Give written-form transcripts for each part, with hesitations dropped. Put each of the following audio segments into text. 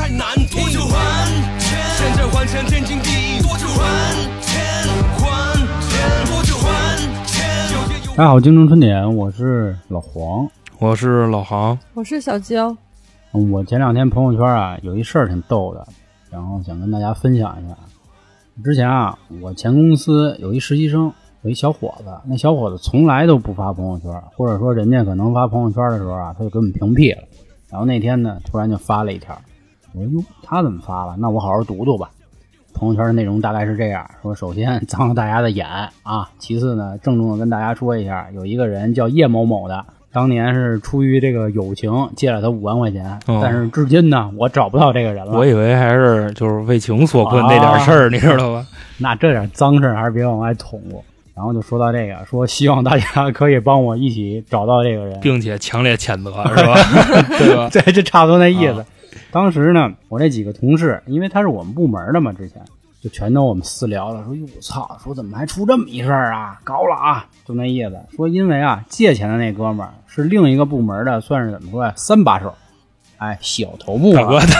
太难听。多久还钱？现在换成天经地义。多久还钱？还钱？多久还钱？ 大家好，京城春点，我是老黄， 我是老航， 我是小娇。 我前两天朋友圈啊有一事儿挺逗的，然后想跟大家分享一下。之前啊，我前公司有一实习生，有一小伙子，那小伙子从来都不发朋友圈，或者说人家可能发朋友圈的时候啊，他就给我们屏蔽了。然后那天呢，突然就发了一条，我说哟，他怎么发了？那我好好读读吧。朋友圈的内容大概是这样说：首先脏了大家的眼啊，其次呢，郑重的跟大家说一下，有一个人叫叶某某的，当年是出于这个友情借了他5万块钱，但是至今呢，我找不到这个人了。 我以为还是就是为情所困那点事儿，你知道吧？ 那这点脏事还是别往外捅过。然后就说到这个，说希望大家可以帮我一起找到这个人， 并且强烈谴责，是吧？对吧？ 对，这差不多那意思。当时呢，我这几个同事，因为他是我们部门的嘛，之前就全都我们私聊了，说哟我操，说怎么还出这么一事儿啊，高了啊，就那意思。说因为啊，借钱的那哥们儿是另一个部门的，算是怎么说呀，3把手，哎，小头目大哥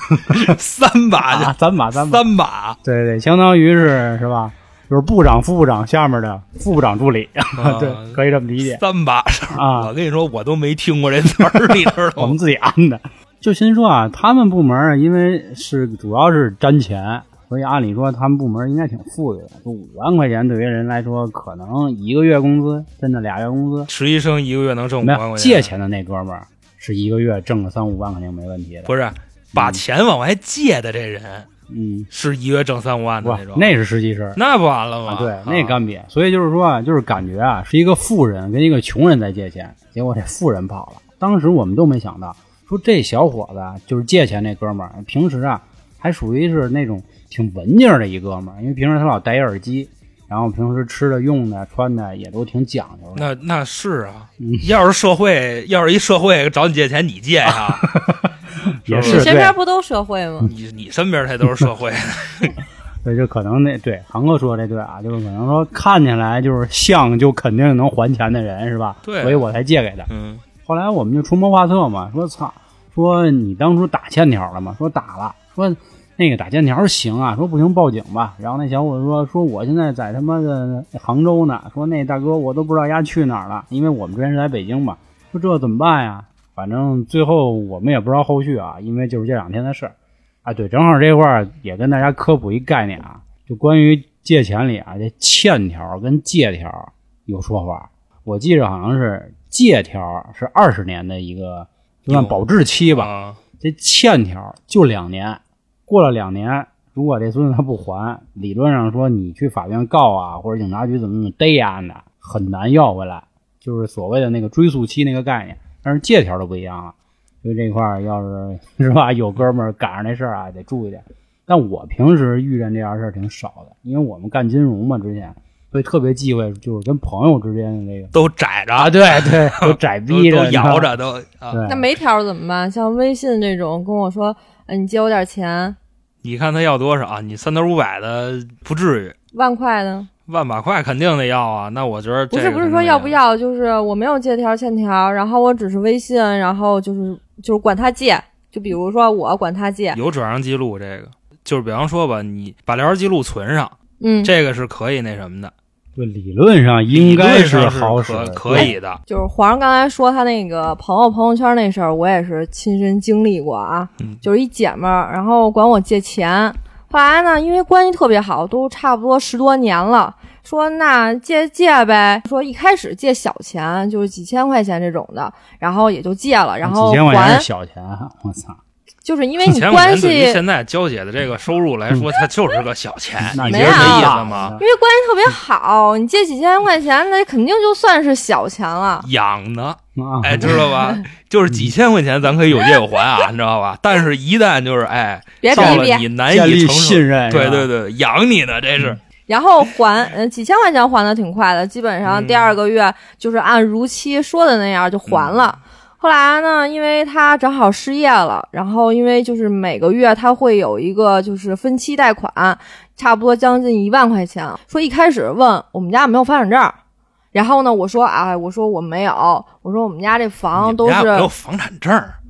，3把啊 ，3把， 对对，相当于是吧？就是部长、副部长下面的副部长助理，对，可以这么理解。 3把啊！ 我跟你说，我都没听过这词儿，你知道吗？ 我们自己安的。就先说啊，他们部门因为是主要是沾钱，所以按理说他们部门应该挺富裕的。就5万块钱对于人来说，可能1个月工资，真的2月工资。 实习生1个月能挣5万块钱。 借钱的那哥们儿是1个月挣个3-5万肯定没问题的。 不是，把钱往外借的这人。是1月挣3-5万的那种， 那是实习生， 那不完了吗？ 对，那干瘪。所以就是说啊，就是感觉啊，是一个富人跟一个穷人在借钱，结果这富人跑了。当时我们都没想到，说这小伙子就是借钱那哥们儿，平时啊还属于是那种挺文静的一哥们儿，因为平时他老戴耳机，然后平时吃的、用的、穿的也都挺讲究的。 那是啊，要是一社会找你借钱，你借呀？ 也是， 你身边不都社会吗？ 你身边才都是社会。 对，就可能对航哥说这对啊，就是可能说看起来就是像就肯定能还钱的人是吧？ 对， 所以我才借给他。后来我们就出谋划策嘛，说你当初打欠条了吗？说打了，说那个打欠条行啊，说不行报警吧。然后那小伙子说我现在在他妈的杭州呢，说那大哥我都不知道丫去哪儿了，因为我们之前是在北京嘛。说这怎么办呀？反正最后我们也不知道后续啊，因为就是这2天的事儿啊。对，正好这块儿也跟大家科普一概念啊，就关于借钱里啊，这欠条跟借条有说法。我记着好像是借条是20年的一个就算保质期吧，这欠条就2年，过了2年，如果这孙子他不还，理论上说你去法院告啊，或者警察局怎么逮呀的，很难要回来，就是所谓的那个追诉期那个概念。但是借条都不一样了，所以这块儿要是吧，有哥们儿赶上那事儿啊，得注意点。但我平时遇见这样事儿挺少的，因为我们干金融嘛，之前所以特别忌讳，就是跟朋友之间的这个都窄着啊，对对，都窄逼着， 都摇着都。 那没条怎么办？像微信这种跟我说，你借我点钱， 你看他要多少？你300、500的不至于， 万块的。 1把块肯定得要啊！那我觉得不是说要不要，就是我没有借条欠条，然后我只是微信，然后就是管他借，就比如说我管他借， 有转让记录，这个就是比方说吧，你把聊天记录存上，这个是可以那什么的。 对，理论上应该是好使， 可以的。 就是皇上刚才说他那个朋友圈那事儿，我也是亲身经历过啊。就是一姐们儿，然后管我借钱。后来呢，因为关系特别好，都差不多10多年了，说那借呗。说一开始借小钱，就是几千块钱这种的，然后也就借了，然后几千块钱是小钱，我操！ 就是因为你关系， 对于现在娇姐的这个收入来说，它就是个小钱，你没有这意思吗？ 因为关系特别好，你借几千块钱，那肯定就算是小钱了。 养的，哎，知道吧？就是几千块钱，咱可以有借有还啊，你知道吧？但是一旦就是到了你难以承受信任， 对对对，养你呢，这是。 然后还几千块钱还的挺快的，基本上第2个月就是按如期说的那样就还了。后来呢，因为他正好失业了，然后因为就是每个月他会有一个就是分期贷款，差不多将近1万块钱。说一开始问我们家有没有房产证，然后呢我说我说我没有，我说我们家这房都是没有房产证，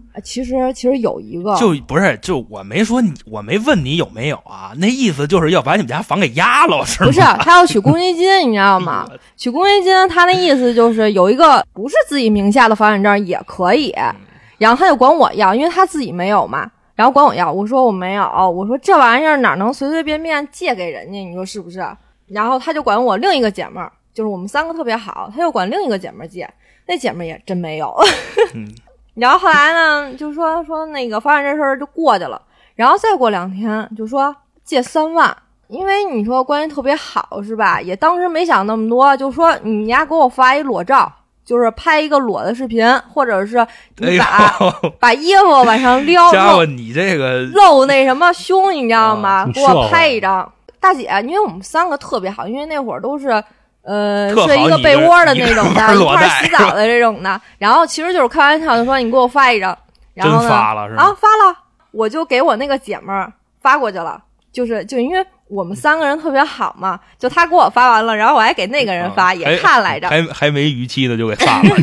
其实有一个， 就不是就我没说你，我没问你有没有啊，那意思就是要把你们家房给压了，是吗？ 不是，他要取公积金，你知道吗？取公积金，他那意思就是有一个不是自己名下的房产证也可以，然后他就管我要，因为他自己没有嘛，然后管我要，我说我没有，我说这玩意儿哪能随随便便借给人家，你说是不是？然后他就管我另一个姐妹儿，就是我们3个特别好，他就管另一个姐妹儿借，那姐妹儿也真没有。然后后来呢，就说那个房产这事儿就过去了，然后再过2天就说借3万，因为你说关系特别好是吧？也当时没想那么多，就说你家给我发一裸照，就是拍一个裸的视频，或者是你把衣服往上撩， 家伙你这个露那什么胸，你知道吗？给我拍一张。大姐，因为我们3个特别好，因为那会儿都是睡一个被窝的那种的，一块洗澡的这种的。然后其实就是开玩笑的说，你给我发一张，然后呢真发了是吧？ 发了，我就给我那个姐们儿发过去了。就因为我们3个人特别好嘛，就他给我发完了，然后我还给那个人发，也看来着， 还没逾期的就给发了。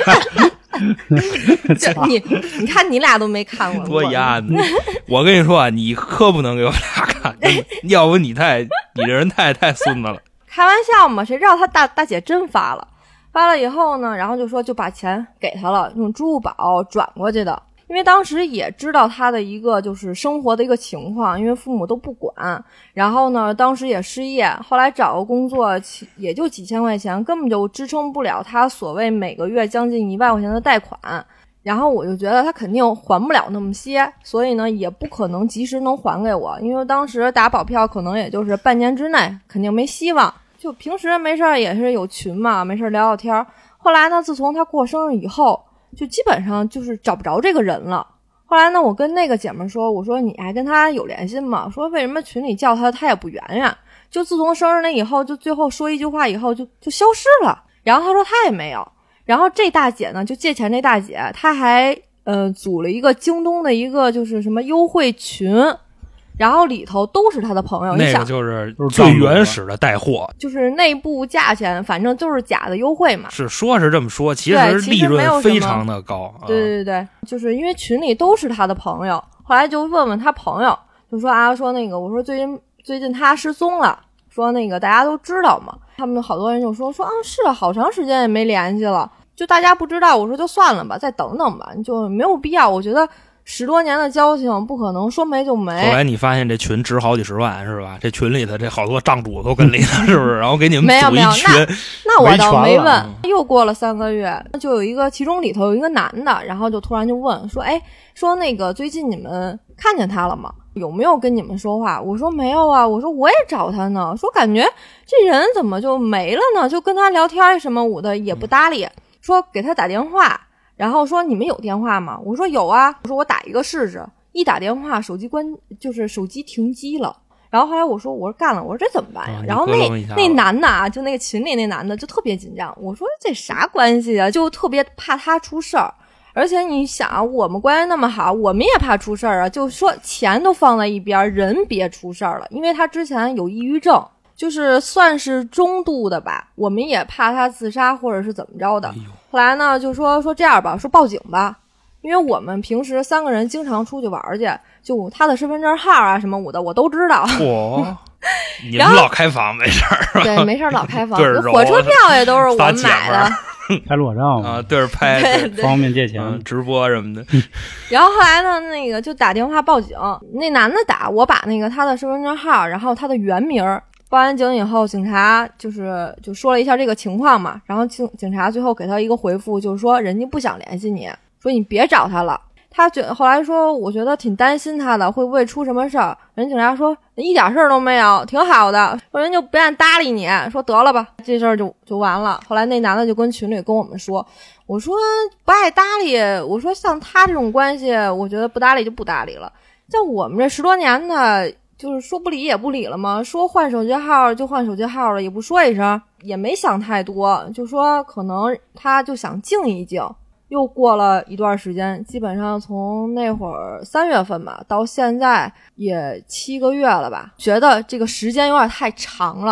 你看你俩都没看过， 多丫的！我跟你说啊，你可不能给我俩看，要不你这人太孙子了。 开玩笑嘛，谁知道他大姐真发了以后呢，然后就说就把钱给他了，用支付宝转过去的。因为当时也知道他的一个就是生活的一个情况，因为父母都不管，然后呢当时也失业，后来找个工作也就几千块钱，根本就支撑不了他所谓每个月将近1万块钱的贷款。然后我就觉得他肯定还不了那么些，所以呢也不可能及时能还给我，因为当时打保票可能也就是半年之内肯定没希望，就平时没事也是有群嘛，没事聊聊天。后来呢自从他过生日以后，就基本上就是找不着这个人了。后来呢我跟那个姐妹说，我说你还跟他有联系吗？说为什么群里叫他也不圆圆，就自从生日那以后，就最后说一句话以后就消失了。然后他说他也没有。然后这大姐呢，就借钱这大姐，她还组了一个京东的一个就是什么优惠群，然后里头都是他的朋友。 那个就是最原始的带货， 就是内部价钱反正就是假的优惠嘛。 是说是这么说，其实利润非常的高。 对，就是因为群里都是他的朋友，后来就问他朋友，就说说那个，我说最近他失踪了，说那个大家都知道嘛。他们好多人就说是好长时间也没联系了，就大家不知道。我说就算了吧，再等等吧，就没有必要。我觉得10多年的交情不可能说没就没。 后来你发现这群值好几十万是吧？这群里的这好多账主都跟里头是不是？然后给你们组一群。 那我倒没问。又过了3个月，就有一个其中里头有一个男的，然后就突然就问说那个最近你们看见他了吗？有没有跟你们说话？我说没有啊，我说我也找他呢，说感觉这人怎么就没了呢？就跟他聊天什么舞的也不搭理，说给他打电话，然后说你们有电话吗？我说有啊，我说我打一个试试，一打电话手机就是手机停机了。然后后来我说干了，我说这怎么办呀？然后那男的啊，就那个群里那男的就特别紧张，我说这啥关系啊？就特别怕他出事儿。而且你想，我们关系那么好，我们也怕出事儿啊。就说钱都放在一边，人别出事儿了，因为他之前有抑郁症，就是算是中度的吧。我们也怕他自杀或者是怎么着的。后来呢，就说这样吧，说报警吧，因为我们平时3个人经常出去玩去，就他的身份证号啊什么我都知道。 你们老开房没事儿？ 对，没事儿老开房，火车票也都是我们买的。 拍裸照嘛， 对着拍， 方便借钱， 直播什么的。 然后后来呢，那个就打电话报警，那男的打，我把那个他的身份证号，然后他的原名报完警以后，警察就说了一下这个情况嘛，然后警察最后给他一个回复，就是说人家不想联系你，说你别找他了。他后来说，我觉得挺担心他的，会不会出什么事儿？人警察说一点事儿都没有，挺好的。说人就不愿搭理你，说得了吧，这事儿就完了。后来那男的就跟群里跟我们说，我说不爱搭理，我说像他这种关系，我觉得不搭理就不搭理了。像我们这10多年的，就是说不理也不理了嘛，说换手机号就换手机号了，也不说一声，也没想太多，就说可能他就想静一静。又过了一段时间，基本上从那会儿3月份吧，到现在也7个月了吧，觉得这个时间有点太长了，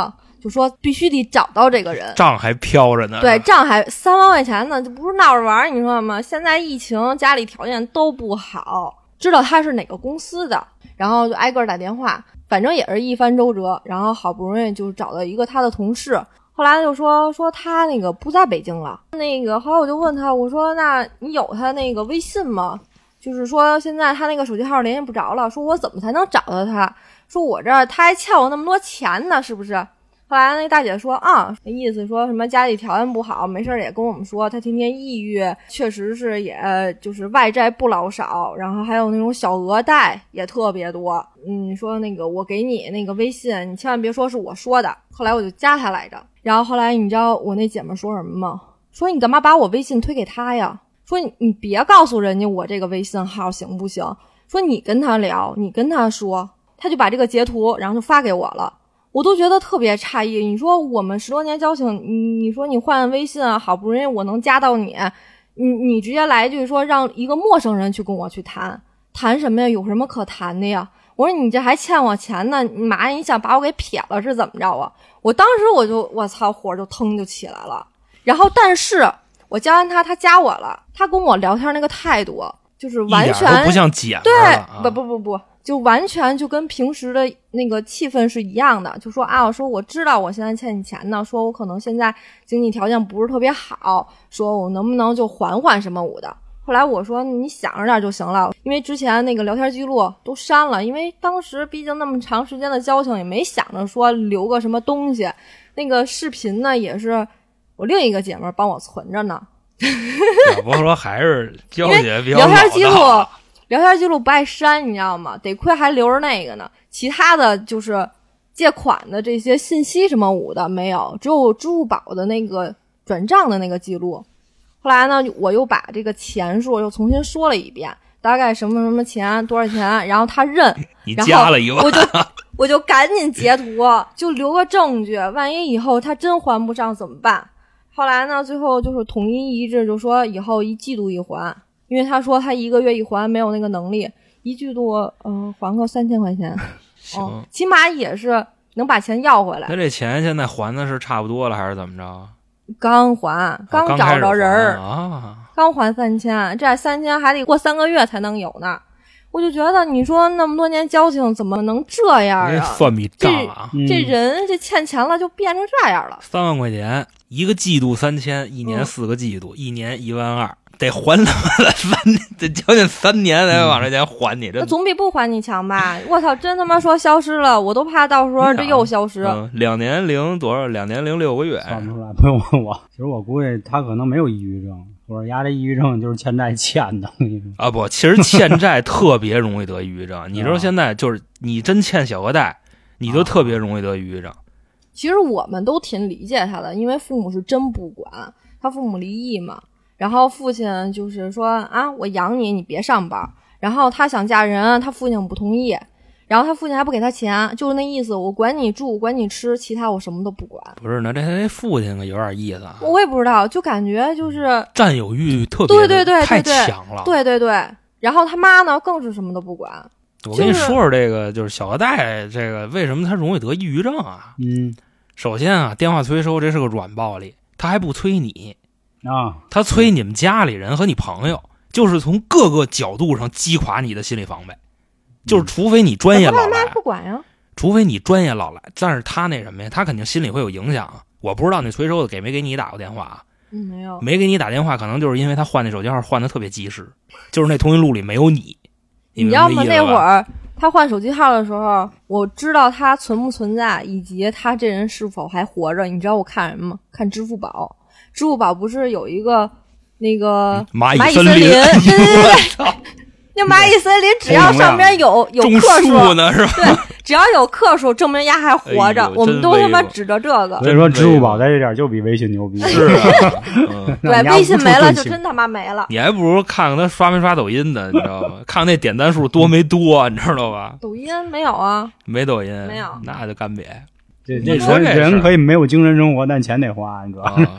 就说必须得找到这个人， 账还飘着呢。 对，账还3万块钱呢，就不是闹着玩，你说吗？现在疫情，家里条件都不好，知道他是哪个公司的，然后就挨个打电话，反正也是一番周折，然后好不容易就找到一个他的同事。后来就说他那个不在北京了，后来我就问他，我说那你有他那个微信吗？就是说现在他那个手机号联系不着了，说我怎么才能找到他？说我这儿他还欠我那么多钱呢，是不是？后来那大姐说啊，那意思说什么家里条件不好，没事也跟我们说他天天抑郁，确实是也就是外债不老少，然后还有那种小额贷也特别多。说那个我给你那个微信，你千万别说是我说的。后来我就加他来着，然后后来你知道我那姐们说什么吗？说你干嘛把我微信推给他呀？说你别告诉人家我这个微信号行不行？说你跟他聊，你跟他说，他就把这个截图然后就发给我了。我都觉得特别诧异，你说我们10多年交情，你说你换微信啊，好不容易我能加到你，你直接来一句说让一个陌生人去跟我去谈什么呀？有什么可谈的呀？我说你这还欠我钱呢，妈，你想把我给撇了是怎么着啊？我当时我操，火就腾就起来了。然后但是我加完他加我了，他跟我聊天那个态度就是完全一点都不像姐们对了、啊、 不就完全就跟平时的那个气氛是一样的，就说啊，我说我知道我现在欠你钱呢，说我可能现在经济条件不是特别好，说我能不能就缓什么我的。后来我说你想着点就行了，因为之前那个聊天记录都删了，因为当时毕竟那么长时间的交情，也没想着说留个什么东西。那个视频呢也是我另一个姐妹帮我存着呢。 要不说还是娇姐比较聊天记录不爱删，你知道吗？得亏还留着那个呢，其他的就是借款的这些信息什么的没有，只有支付宝的那个转账的那个记录。后来呢，我又把这个钱数又重新说了一遍，大概什么钱多少钱，然后他认， 你加了一万， 我就赶紧截图，就留个证据，万一以后他真还不上怎么办？后来呢，最后就是统一致，就说以后1季度一还，因为他说他1个月一还没有那个能力，1季度还个3000块钱，起码也是能把钱要回来。 那这钱现在还的是差不多了还是怎么着？ 刚还，刚找着人儿啊， 刚还3000，这3000还得过3个月才能有呢。我就觉得你说那么多年交情怎么能这样啊？ 算笔账啊！ 这人这欠钱了就变成这样了。 3万块钱1个季度3000，一年4个季度，一年12000，得还他妈的3年，得将近3年才往这钱还你。这总比不还你强吧？我操，真他妈说消失了，我都怕到时候这又消失。 2年零多少？2年零6个月。 算不出来，不用问我。其实我估计他可能没有抑郁症。我说丫这抑郁症就是欠债欠的啊！不，其实欠债特别容易得抑郁症。你知道现在就是你真欠小额贷，你就特别容易得抑郁症。 其实我们都挺理解他的，因为父母是真不管，他父母离异嘛，然后父亲就是说啊，我养你，你别上班。然后他想嫁人，他父亲不同意。然后他父亲还不给他钱，就是那意思，我管你住管你吃，其他我什么都不管。 不是呢，这父亲有点意思啊。 我也不知道，就感觉就是占有欲特别对太强了。 对。然后他妈呢更是什么都不管。 我跟你说说这个，就是小额贷这个为什么他容易得抑郁症啊？首先啊，电话催收这是个软暴力，他还不催你啊， 他催你们家里人和你朋友，就是从各个角度上击垮你的心理防备。就是除非你专业老来， 不管呀。 除非你专业老来，但是他那什么呀？他肯定心里会有影响啊。我不知道那催收的给没给你打过电话啊？ 没有。 没给你打电话，可能就是因为他换那手机号换的特别及时，就是那通讯录里没有你。 你知道吗？那会儿他换手机号的时候，我知道他存不存在，以及他这人是否还活着。你知道我看什么吗？看支付宝。支付宝不是有一个那个蚂蚁森林？对。那蚂蚁森林只要上边有克数呢，是吧？ 对，只要有克数，证明丫还活着。我们都他妈指着这个。 所以说，支付宝在这点就比微信牛逼。 是啊， 对，微信没了就真他妈没了。 你还不如看看他刷没刷抖音呢，你知道吗？看看那点赞数多没多，你知道吧？ 抖音没有啊？ 没抖音， 没有， 那就干瘪。 这人可以没有精神生活，但钱得花，你知道吗？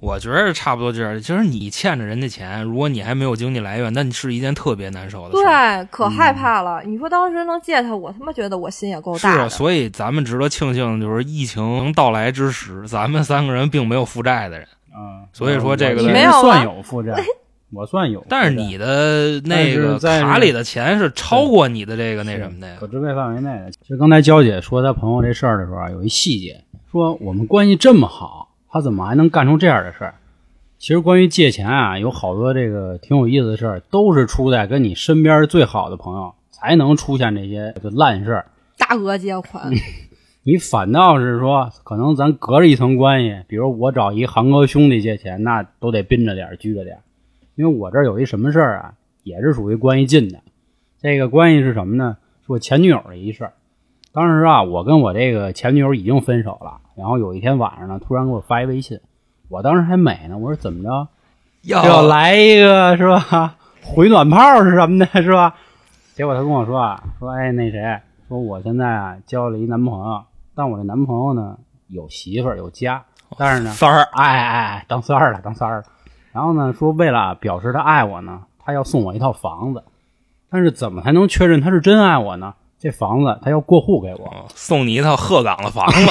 我觉得差不多这样。其实你欠着人家钱，如果你还没有经济来源，那是一件特别难受的事。 对，可害怕了。你说当时能借他，我他妈觉得我心也够大的。 是，所以咱们值得庆幸，就是疫情到来之时，咱们3个人并没有负债的人。所以说这个你没有算有负债。我算有， 但是你的那个卡里的钱是超过你的这个那什么的呀， 可支配范围内的。其实刚才娇姐说她朋友这事儿的时候啊，有一细节，说我们关系这么好，他怎么还能干出这样的事儿？其实关于借钱啊，有好多这个挺有意思的事儿，都是出在跟你身边最好的朋友才能出现这些烂事儿。 大额借款， 你反倒是说，可能咱隔着一层关系，比如我找一航哥兄弟借钱，那都得憋着点拘着点。因为我这儿有一什么事儿啊，也是属于关系近的。这个关系是什么呢？是我前女友的一事儿。当时啊，我跟我这个前女友已经分手了，然后有一天晚上呢，突然给我发一微信，我当时还美呢，我说怎么着，要来一个是吧？回暖炮是什么的，是吧？结果他跟我说啊，说哎那谁，说我现在啊交了一男朋友，但我这男朋友呢有媳妇儿有家，但是呢三儿， 当三儿了。然后呢，说为了表示他爱我呢，他要送我一套房子，但是怎么才能确认他是真爱我呢？这房子他要过户给我， 送你一套鹤岗的房子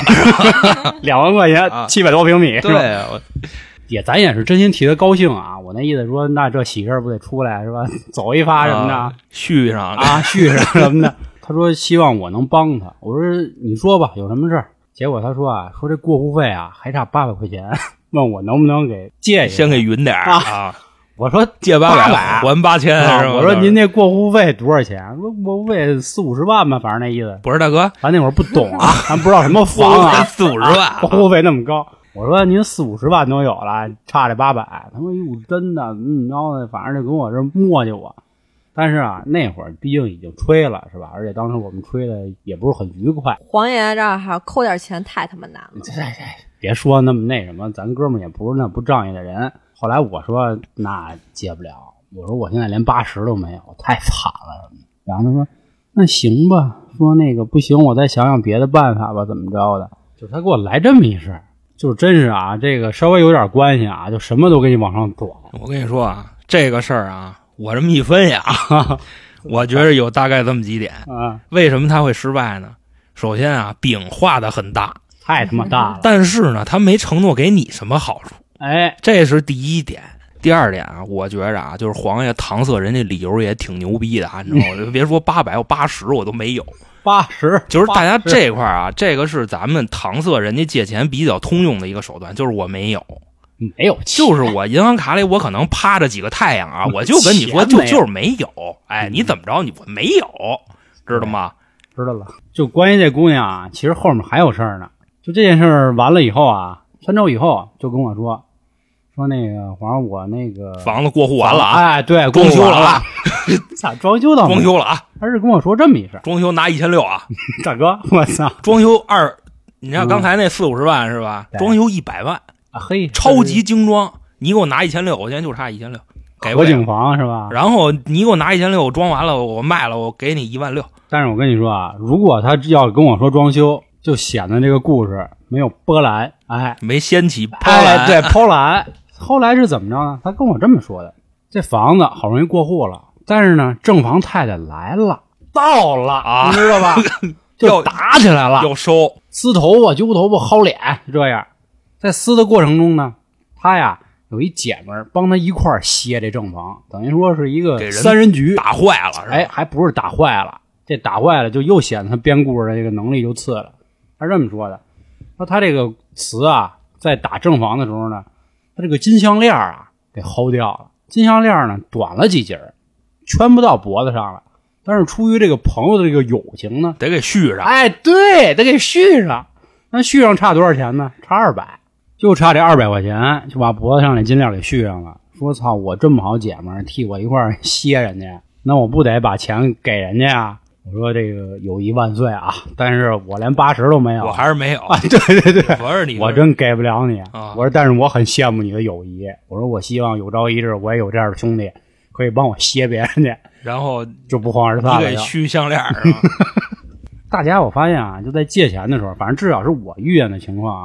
，2万块钱，700多平米， 对， 咱也是真心替他高兴啊。我那意思说，那这喜事不得出来是吧？走一发什么的， 续上什么的。他说希望我能帮他，我说你说吧，有什么事儿？结果他说啊，说这过户费啊还差800块钱。问我能不能给借一下， 先给匀点啊！ 我说借800还8000是吧？ 我说您这过户费多少钱？说过户费40-50万吧，反正那意思。 不是大哥， 咱那会儿不懂啊，咱不知道什么房啊 ，40-50万， 过户费那么高。我说您40-50万都有了，差这800。他说哟真的，然后呢，反正就跟我这磨叽我。但是啊，那会儿毕竟已经吹了，是吧？而且当时我们吹的也不是很愉快。 黄爷这儿还扣点钱，太他妈难了。 别说那么那什么，咱哥们也不是那不仗义的人。后来我说那借不了，我说我现在连80都没有，太惨了。然后他说那行吧，说那个不行，我再想想别的办法吧，怎么着的。就是他给我来这么一事，就是真是啊，这个稍微有点关系啊，就什么都给你往上躲。 我跟你说啊，这个事儿啊，我这么一分析啊，我觉得有大概这么几点啊。为什么他会失败呢？首先啊，饼画的很大。 太他妈大了， 但是呢，他没承诺给你什么好处， 哎， 这是第一点。第二点啊，我觉着啊，就是黄爷搪塞人家理由也挺牛逼的，你知道吗？别说800，我80我都没有 ，80 就是大家这块啊，这个是咱们搪塞人家借钱比较通用的一个手段，就是我没有，就是我银行卡里我可能趴着几个太阳啊，我就跟你说就是没有，哎，你怎么着我没有，知道吗？ 知道了。就关于这姑娘啊，其实后面还有事儿呢。就这件事儿完了以后啊，3周以后就跟我说那个黄我那个房子过户完了啊， 哎，对， 装修了啊， 咋装修到装修了啊？ 他是跟我说这么一事， 装修拿1600啊， 大哥，我操， 装修你看刚才那40-50万是吧？装修100万啊，嘿， 超级精装，你给我拿1600，我现在就差1600，给合景房是吧？ 然后你给我拿1600，我装完了我卖了，我给你16000。 但是我跟你说啊，如果他要跟我说装修，就显得这个故事没有波澜，哎， 没掀起波澜， 哎，对，波澜。后来是怎么着呢？他跟我这么说的：这房子好容易过户了，但是呢，正房太太来了，到了啊，你知道吧？就打起来了， 要收， 撕头发、揪头发、薅脸，这样。在撕的过程中呢，他呀有一姐们儿帮他一块儿歇这正房，等于说是一个3人局， 打坏了，是吧？ 哎，还不是打坏了，这打坏了就又显得他编故事的这个能力就次了。他是这么说的，说他这个词啊，在打正房的时候呢，他这个金项链啊给薅掉了，金项链呢短了几节，圈不到脖子上了，但是出于这个朋友的这个友情呢， 得给续上。 哎，对，得给续上。那续上差多少钱呢？差200，就差这200块钱，就把脖子上那金链给续上了。说操，我这么好姐们儿替我一块儿歇人家，那我不得把钱给人家啊？我说这个友谊万岁啊！但是我连80都没有， 我还是没有。 啊、对对对， 不是你， 我真给不了你。 啊、 我说，但是我很羡慕你的友谊。我说，我希望有朝一日我也有这样的兄弟，可以帮我歇别人去， 然后就不慌23了。 你给续项链是吧？ 大家我发现啊，就在借钱的时候，反正至少是我遇见的情况啊，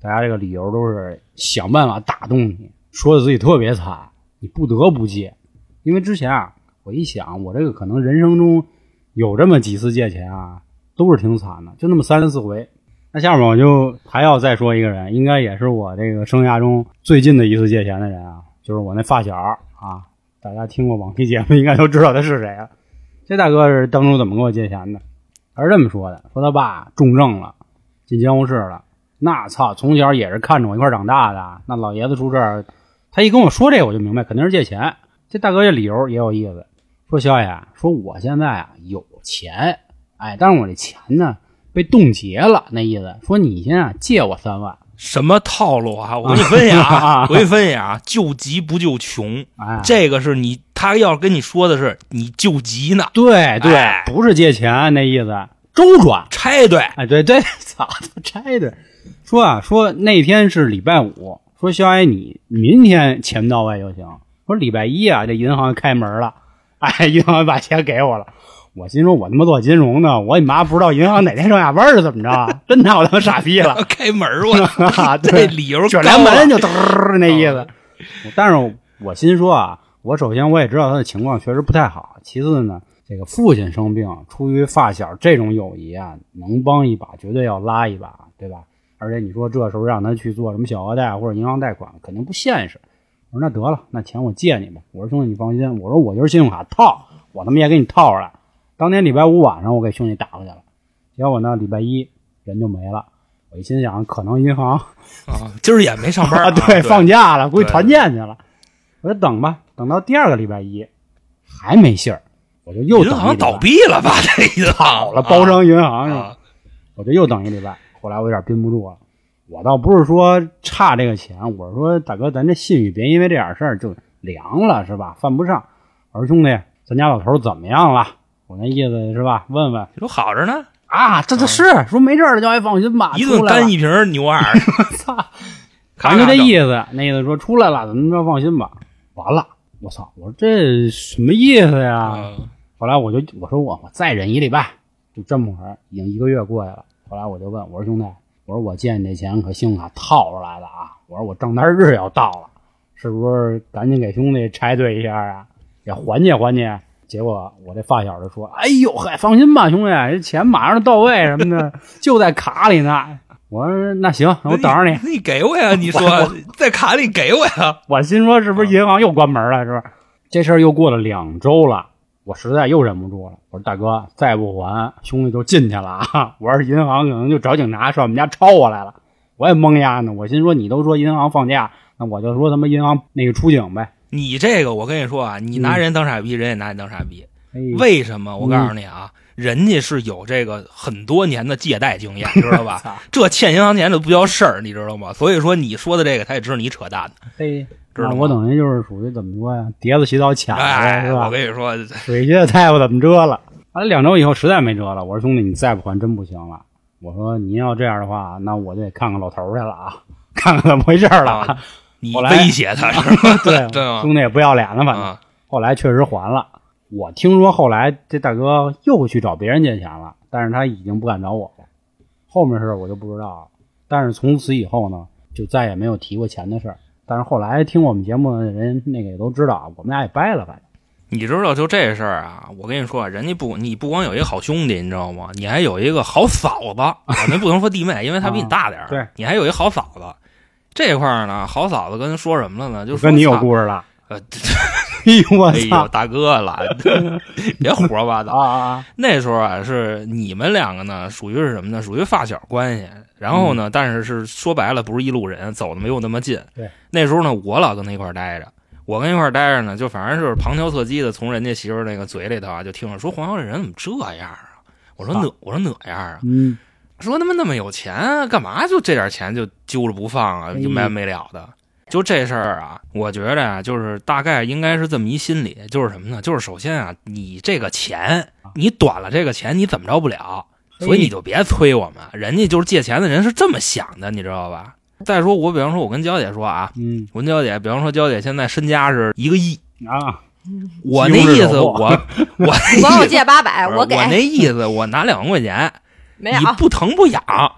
大家这个理由都是想办法打动你，说的自己特别惨，你不得不借。因为之前啊，我一想，我这个可能人生中有这么几次借钱啊，都是挺惨的，就那么3、4回。那下面我就还要再说一个人，应该也是我这个生涯中最近的一次借钱的人啊，就是我那发小啊。大家听过往期节目应该都知道他是谁啊。这大哥是当初怎么给我借钱的？他是这么说的，说他爸重症了，进监护室了。那操，从小也是看着我一块长大的，那老爷子出事儿，他一跟我说这个我就明白肯定是借钱。这大哥这理由也有意思，说小野，说我现在啊有钱，哎，但是我这钱呢被冻结了，那意思说你先啊借我3万。 什么套路啊？我跟你分析啊，我跟你分析啊，救急不救穷，这个是你他要跟你说的是你救急呢。 对对，不是借钱那意思，周转拆对， 哎对对，操，拆对。说啊，说那天是礼拜5，说小野你明天钱到位就行。说礼拜1啊，这银行开门了，哎，银行把钱给我了。我心说，我他妈做金融的，我你妈不知道银行哪天上下班是怎么着？真拿我他妈傻逼了！ 开门我对， 理由卷帘门就嘚那意思。但是我心说啊，我首先我也知道他的情况确实不太好，其次呢，这个父亲生病，出于发小这种友谊啊，能帮一把绝对要拉一把，对吧？而且你说这时候让他去做什么小额贷或者银行贷款，肯定不现实。我说那得了，那钱我借你吧。我说兄弟你放心，我说我就是信用卡套，我他妈也给你套出来。当天礼拜5晚上我给兄弟打过去了，结果呢礼拜1人就没了。我一心想可能银行今儿也没上班对，放假了，估计团建去了。我就等吧，等到第2个礼拜1还没信儿，我就又等一礼拜。 银行倒闭了吧？这银行了，包商银行是吧？我就又等一礼拜。后来我有点憋不住了，我倒不是说差这个钱，我是说大哥咱这信誉别因为这点事儿就凉了是吧？犯不上。我说兄弟咱家老头怎么样了？我那意思是吧？问问， 说好着呢啊，这是说没事了，叫你放心吧。 一顿干一瓶牛二， 操，反正就这意思。那意思说出来了，怎么着放心吧。完了，我操，我说这什么意思呀？后来我说我再忍一礼拜，就这么会儿，已经1个月过去了。后来我就问我说兄弟，我说我借你这钱可信用卡套出来的啊，我说我账单日要到了，是不是赶紧给兄弟拆对一下啊，也缓解缓解。结果我这发小就说：“哎呦嗨，放心吧，兄弟，这钱马上就到位什么的，就在卡里呢。”我说：“那行，那我等着你。” 你给我呀？你说在卡里给我呀？ 我心说是不是银行又关门了？是不是？这事儿又过了2周了，我实在又忍不住了。我说：“大哥，再不还，兄弟就进去了啊！”我说：“银行可能就找警察上我们家抄我来了。”我也蒙丫呢。我心说你都说银行放假，那我就说他妈银行那个出警呗。 你这个我跟你说啊，你拿人当傻逼，人也拿你当傻逼。为什么？我告诉你啊，人家是有这个很多年的借贷经验，知道吧？这欠银行钱这不叫事儿，你知道吗？所以说你说的这个，他也知道你扯淡的。 嘿， 知道吗？ 我等于就是属于怎么说呀？碟子洗澡卡了，是吧？ 我跟你说， 水鞋太不怎么遮了。完了2周以后实在没辙了，我说兄弟，你再不还真不行了。我说您要这样的话，那我就得看看老头去了啊，看看怎么回事了。 你威胁他是吧？ 对吗？兄弟也不要脸了，反正。后来确实还了。我听说后来这大哥又去找别人借钱了，但是他已经不敢找我了。后面事我就不知道了。但是从此以后呢，就再也没有提过钱的事儿。但是后来听我们节目的人那个也都知道，我们俩也掰了，反正。 你知道就这事儿啊，我跟你说，人家你不光有一个好兄弟，你知道吗？你还有一个好嫂子啊，那不能说弟妹，因为他比你大点对， 你还有一个好嫂子。这块儿呢，好嫂子跟他说什么了呢？就说跟你有故事了。 哎呦，大哥了，别胡说八道啊！ 那时候啊，是你们2个呢，属于是什么呢？属于发小关系。然后呢，但是说白了，不是一路人，走的没有那么近。 对， 那时候呢，我老跟他一块待着。我跟一块待着呢，就反正是旁敲侧击的从人家媳妇那个嘴里头啊，就听着说黄瑶这人怎么这样啊？我说哪样啊？说他妈那么有钱，干嘛就这点钱就揪着不放啊？就没完没了的。就这事儿啊，我觉得啊，就是大概应该是这么一心理，就是什么呢？就是首先啊，你这个钱，你短了这个钱，你怎么着不了，所以你就别催我们。人家就是借钱的人是这么想的，你知道吧？再说我，比方说我跟娇姐说啊，我跟娇姐，比方说娇姐现在身家是1个亿啊， 我那意思，我管我借800，我给。 我那意思，我拿2万块钱， 没有， 你不疼不痒。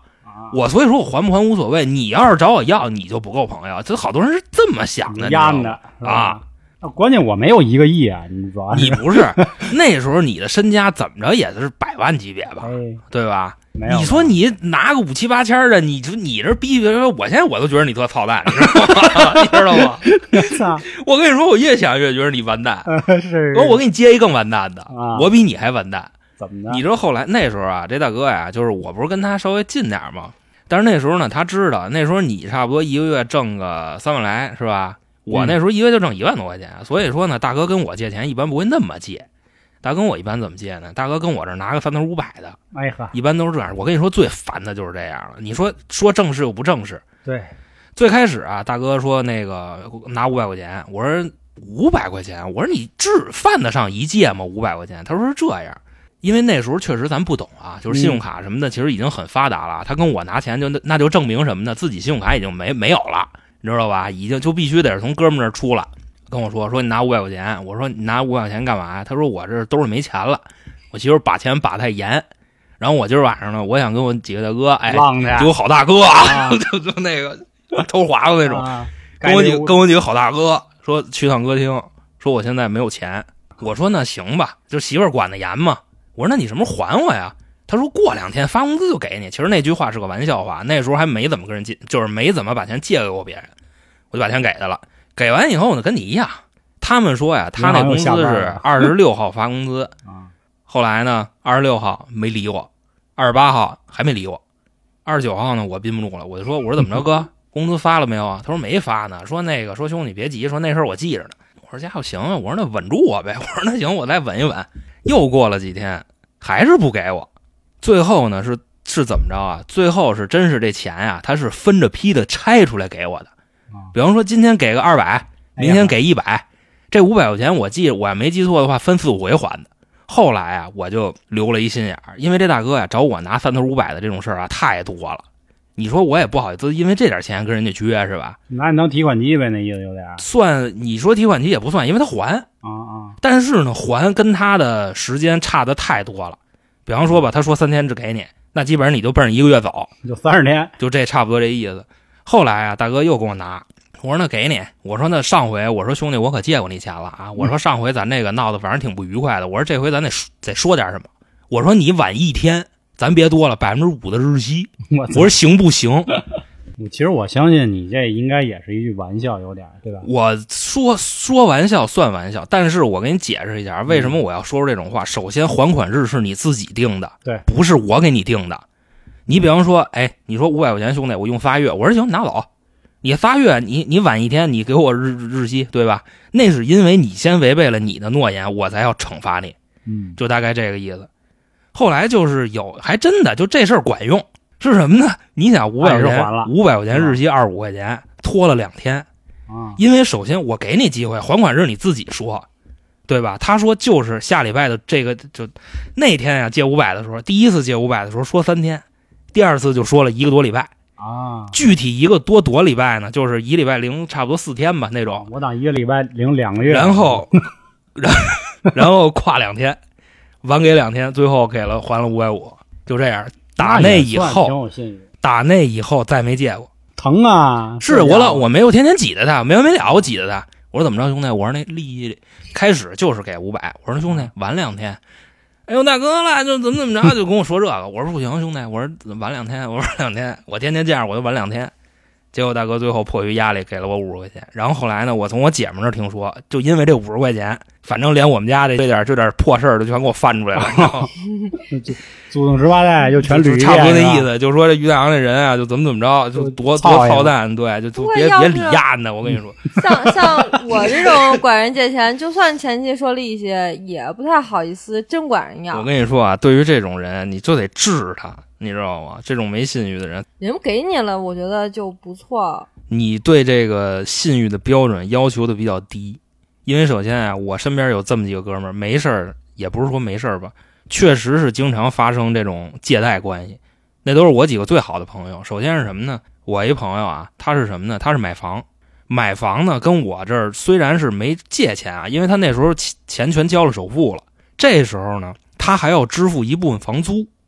我所以说我还不还无所谓，你要是找我要，你就不够朋友。这好多人是这么想的， 压的啊。 关键我没有1个亿啊，你主要你不是那时候你的身家怎么着也是100万级别吧，对吧？你说你拿个5、7、8千的，你这逼，我现在我都觉得你特操蛋，你知道吗？你知道吗？我跟你说，我越想越觉得你完蛋。 是， 我给你接一更完蛋的，我比你还完蛋。 怎么的？ 你知道后来那时候啊，这大哥呀，就是我不是跟他稍微近点吗？但是那时候呢，他知道那时候你差不多1个月挣个3万来，是吧？我那时候1个月就挣1万多块钱，所以说呢，大哥跟我借钱一般不会那么借。大哥跟我一般怎么借呢？大哥跟我这拿个3头500的， 哎呵， 一般都是这样。我跟你说，最烦的就是这样了。你说正式又不正式。 对， 最开始啊，大哥说那个拿500块钱，我说500块钱，我说你犯得上一借吗？500块钱，他说是这样。因为那时候确实咱不懂啊，就是信用卡什么的，其实已经很发达了。他跟我拿钱那就证明什么呢？自己信用卡已经没有了。你知道吧？已经就必须得是从哥们那儿出了，跟我说你拿500块钱，我说你拿500块钱干嘛呀？他说我这兜里没钱了，我媳妇把钱把太严，然后我今儿晚上呢，我想跟我几个大哥，哎，就好大哥啊，就那个偷华子那种，跟我几个好大哥说去趟歌厅，说我现在没有钱，我说那行吧，就媳妇儿管得严嘛，我说那你什么时候还我呀？他说过2天发工资就给你。其实那句话是个玩笑话，那时候还没怎么跟人借，就是没怎么把钱借给过别人，我就把钱给他了。给完以后呢，跟你一样，他们说呀，他那公司是26号发工资，后来呢26号没理我，28号还没理我，29号呢我憋不住了，我说怎么着哥，工资发了没有啊？他说没发呢，说兄弟别急，说那事儿我记着呢。我说家伙行啊，我说那稳住我呗，我说那行我再稳一稳。又过了几天还是不给我。最后呢是怎么着啊？最后是真是这钱啊，他是分着批的拆出来给我的。比方说今天给个200，明天给100，这500块钱我要没记错的话，分4、5回还的。后来啊，我就留了一心眼儿，因为这大哥呀找我拿3头500的这种事儿啊太多了。你说我也不好意思，因为这点钱跟人家撅是吧？ 拿你当提款机呗，那意思有点。 算你说提款机也不算，因为他还但是呢还跟他的时间差的太多了。比方说吧，他说3天只给你，那基本上你就奔着1个月走， 就30天， 就这差不多这意思。后来啊，大哥又跟我拿，我说那给你，我说那上回我说兄弟我可借过你钱了啊，我说上回咱这个闹得反正挺不愉快的，我说这回咱得说点什么，我说你晚1天，咱别多了5%的日息，我说行不行？ 其实我相信你这应该也是一句玩笑，有点对吧？ 我说玩笑算玩笑，但是我给你解释一下为什么我要说出这种话。首先还款日是你自己定的， 对， 不是我给你定的。你比方说，哎，你说500块钱兄弟，我用仨月，我说行拿走。你仨月你晚1天，你给我日息，对吧？那是因为你先违背了你的诺言，我才要惩罚你。就大概这个意思。后来就是还真的就这事儿管用。是什么呢？你想500块钱日息25块钱，拖了2天。因为首先我给你机会，还款日你自己说，对吧？他说就是下礼拜的这个，就那天呀借500的时候，第一次借500的时候说3天，第二次就说了1个多礼拜。具体1个多礼拜呢，就是1礼拜零差不多4天吧那种。 我当1个礼拜零2个月。 然后跨2天，晚给2天，最后还了550，就这样。打那以后再没借过， 疼啊！ 是我没有天天挤着他，没完没了我挤着他。我说怎么着兄弟？我说那利益开始就是给500，我说兄弟晚2天。哎呦大哥了，就怎么着就跟我说这个。我说不行兄弟，我说晚2天，我说2天，我天天这样我就晚2天。结果大哥最后迫于压力给了我50块钱。然后后来呢，我从我姐们那儿听说，就因为这50块钱，反正连我们家这点破事儿都全给我翻出来了。 祖宗十八代就全捋， 差不多那意思，就说这于大阳这人啊，就怎么着，就多操蛋，对，就别理丫呢。我跟你说， 像我这种管人借钱，就算前期说利息，也不太好意思真管人要。 我跟你说啊，对于这种人，你就得治他。你知道吗？这种没信誉的人给你了，我觉得就不错。 你对这个信誉的标准要求的比较低，因为首先啊，我身边有这么几个哥们儿，没事儿，也不是说没事儿吧，确实是经常发生这种借贷关系，那都是我几个最好的朋友。首先是什么呢？我一朋友啊，他是什么呢？他是买房呢，跟我这儿虽然是没借钱啊，因为他那时候钱全交了首付了，这时候呢，他还要支付一部分房租。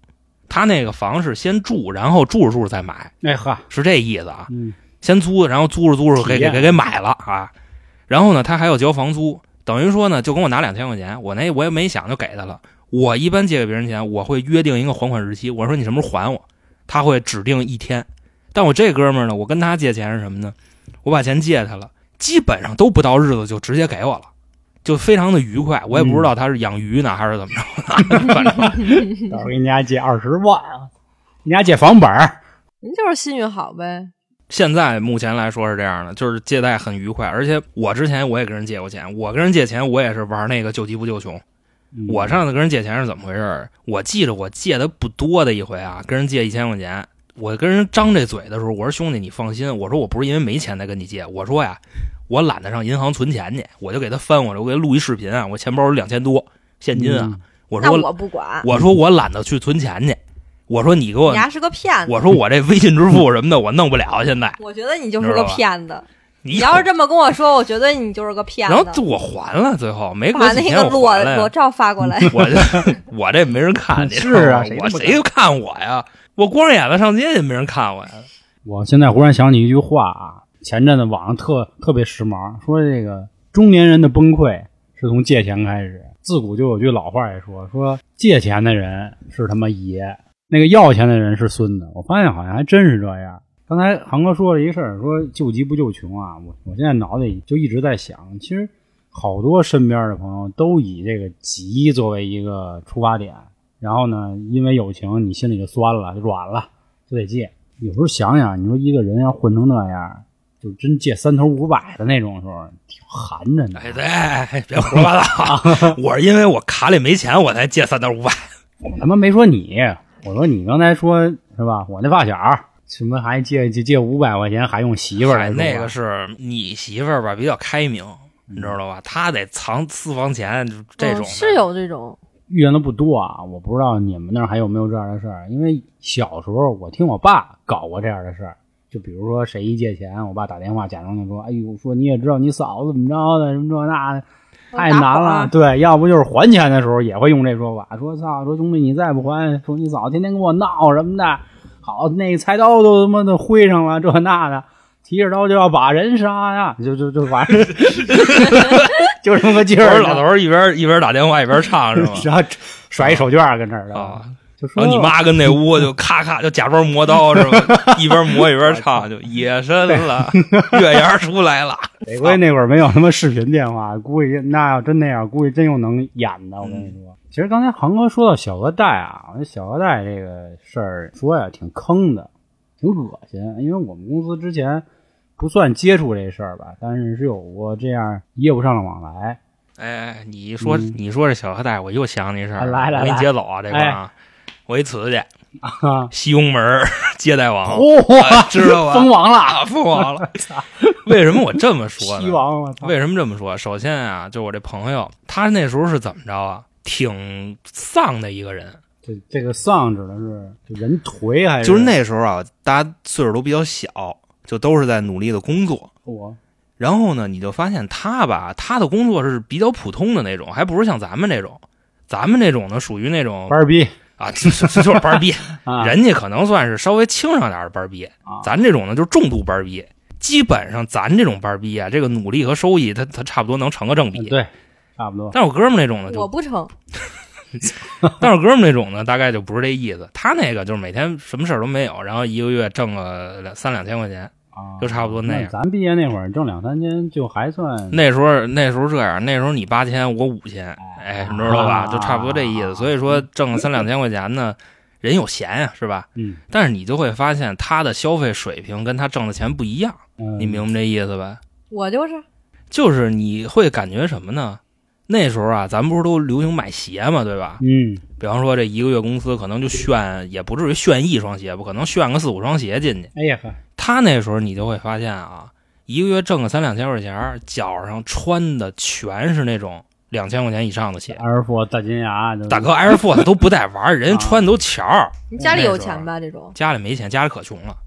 他那个房是先住，然后住着再买， 哎呵， 是这意思啊。 嗯， 先租，然后租着给买了啊。然后呢，他还要交房租，等于说呢，就跟我拿2000块钱，我也没想就给他了。我一般借给别人钱，我会约定一个还款日期，我说你什么时候还我，他会指定一天。但我这哥们儿呢，我跟他借钱是什么呢？我把钱借他了，基本上都不到日子就直接给我了，就非常的愉快。我也不知道他是养鱼呢，还是怎么着。反正到时候给人家借20万啊，人家借房本儿， 您就是信誉好呗。 现在目前来说是这样的，就是借贷很愉快，而且我之前我也跟人借过钱，我跟人借钱我也是玩那个救急不救穷。我上次跟人借钱是怎么回事？我记着我借的不多的一回啊，跟人借1000块钱，我跟人张这嘴的时候，我说兄弟你放心，我说我不是因为没钱才跟你借，我说呀我懒得上银行存钱去，我就给他翻我给他录一视频啊，我钱包有2000多现金啊，我说我不管， 我说我懒得去存钱去。我说你给我， 你还是个骗子。 我说我这微信支付什么的我弄不了，现在。 我觉得你就是个骗子。 你要是这么跟我说，我觉得你就是个骗子。 然后我还了，最后没把那个裸照发过来。 我这没人看你。 是啊， 我谁看我呀？我光着眼子上街也没人看我呀。 我现在忽然想起一句话啊，前阵子网上特别时髦，说这个中年人的崩溃是从借钱开始。自古就有句老话也说借钱的人是他妈爷。那个要钱的人是孙子，我发现好像还真是这样。刚才航哥说了一个事儿，说救急不救穷啊，我现在脑袋里就一直在想，其实好多身边的朋友都以这个急作为一个出发点，然后呢，因为有情你心里就酸了，就软了，就得借。有时候想想，你说一个人要混成那样，就真借3头500的那种时候，挺寒碜的。 对，别胡说八道。我是因为我卡里没钱，我才借3头500。 我他妈没说你。我说你刚才说是吧？我那发小什么还借500块钱，还用媳妇儿来？ 那个是你媳妇儿吧，比较开明，你知道吧？她得藏私房钱，这种是有这种遇见的不多啊。我不知道你们那儿还有没有这样的事儿，因为小时候我听我爸搞过这样的事儿。就比如说谁一借钱，我爸打电话假装就说：“哎呦，说你也知道你嫂子怎么着的，什么这那。”太难了，对，要不就是还钱的时候也会用这说法，说操，说兄弟你再不还，说你嫂天天跟我闹什么的，好，那菜刀都他妈的挥上了，这那的，提着刀就要把人杀呀，就反正就这么个劲儿。 老头一边打电话一边唱是吧？ 然后甩一手绢跟这儿啊。 就说然后你妈跟那屋就咔咔就假装磨刀是吧？一边磨一边唱，就夜深了，月牙出来了。 得亏那会儿没有什么视频电话，估计那要真那样，估计真又能演的。我跟你说，其实刚才航哥说到小额贷啊，小额贷这个事儿说呀挺坑的，挺恶心。因为我们公司之前不算接触这事儿吧，但是有过这样业务上的往来。 哎，你说这小额贷，我又想起一事儿， 来， 我给你接走啊，这块啊。我一词去西红门接待网，知道吧？ 封王了， 封王了。为什么我这么说呢？ 西王了。 为什么这么说？首先啊，就我这朋友，他那时候是怎么着啊？挺丧的一个人。 这个丧指的是就人颓还是？ 就是那时候啊，大家岁数都比较小，就都是在努力的工作。然后呢，你就发现他吧，他的工作是比较普通的那种，还不是像咱们这种。咱们这种呢，属于那种班儿逼。 啊，就是班儿逼，人家可能算是稍微轻上点的班儿逼，咱这种呢就是重度班儿逼。基本上咱这种班儿逼啊，这个努力和收益，它差不多能成个正比。 对，差不多。 但是我哥们那种呢， 我不成。 但是我哥们那种呢，大概就不是这意思。他那个就是每天什么事儿都没有，然后一个月挣个3-2千块钱。就差不多那样。 咱毕业那会儿挣2-3千就还算。 那时候这样，那时候你8000，我5000，哎，你知道吧？就差不多这意思。所以说挣3-2千块钱呢，人有闲呀，是吧？但是你就会发现他的消费水平跟他挣的钱不一样，你明白这意思吧？ 我就是你会感觉什么呢？那时候啊，咱们不是都流行买鞋嘛，对吧？比方说这一个月公司可能就炫，也不至于炫1双鞋吧，可能炫个4-5双鞋进去。 哎呀呵， 他那时候你就会发现啊，一个月挣个3-2千块钱，脚上穿的全是那种2000块钱以上的鞋。 Air Force 大金牙， 大哥 Air Force 都不带玩，人家穿的都巧。 你家里有钱吧？这种家里没钱，家里可穷了。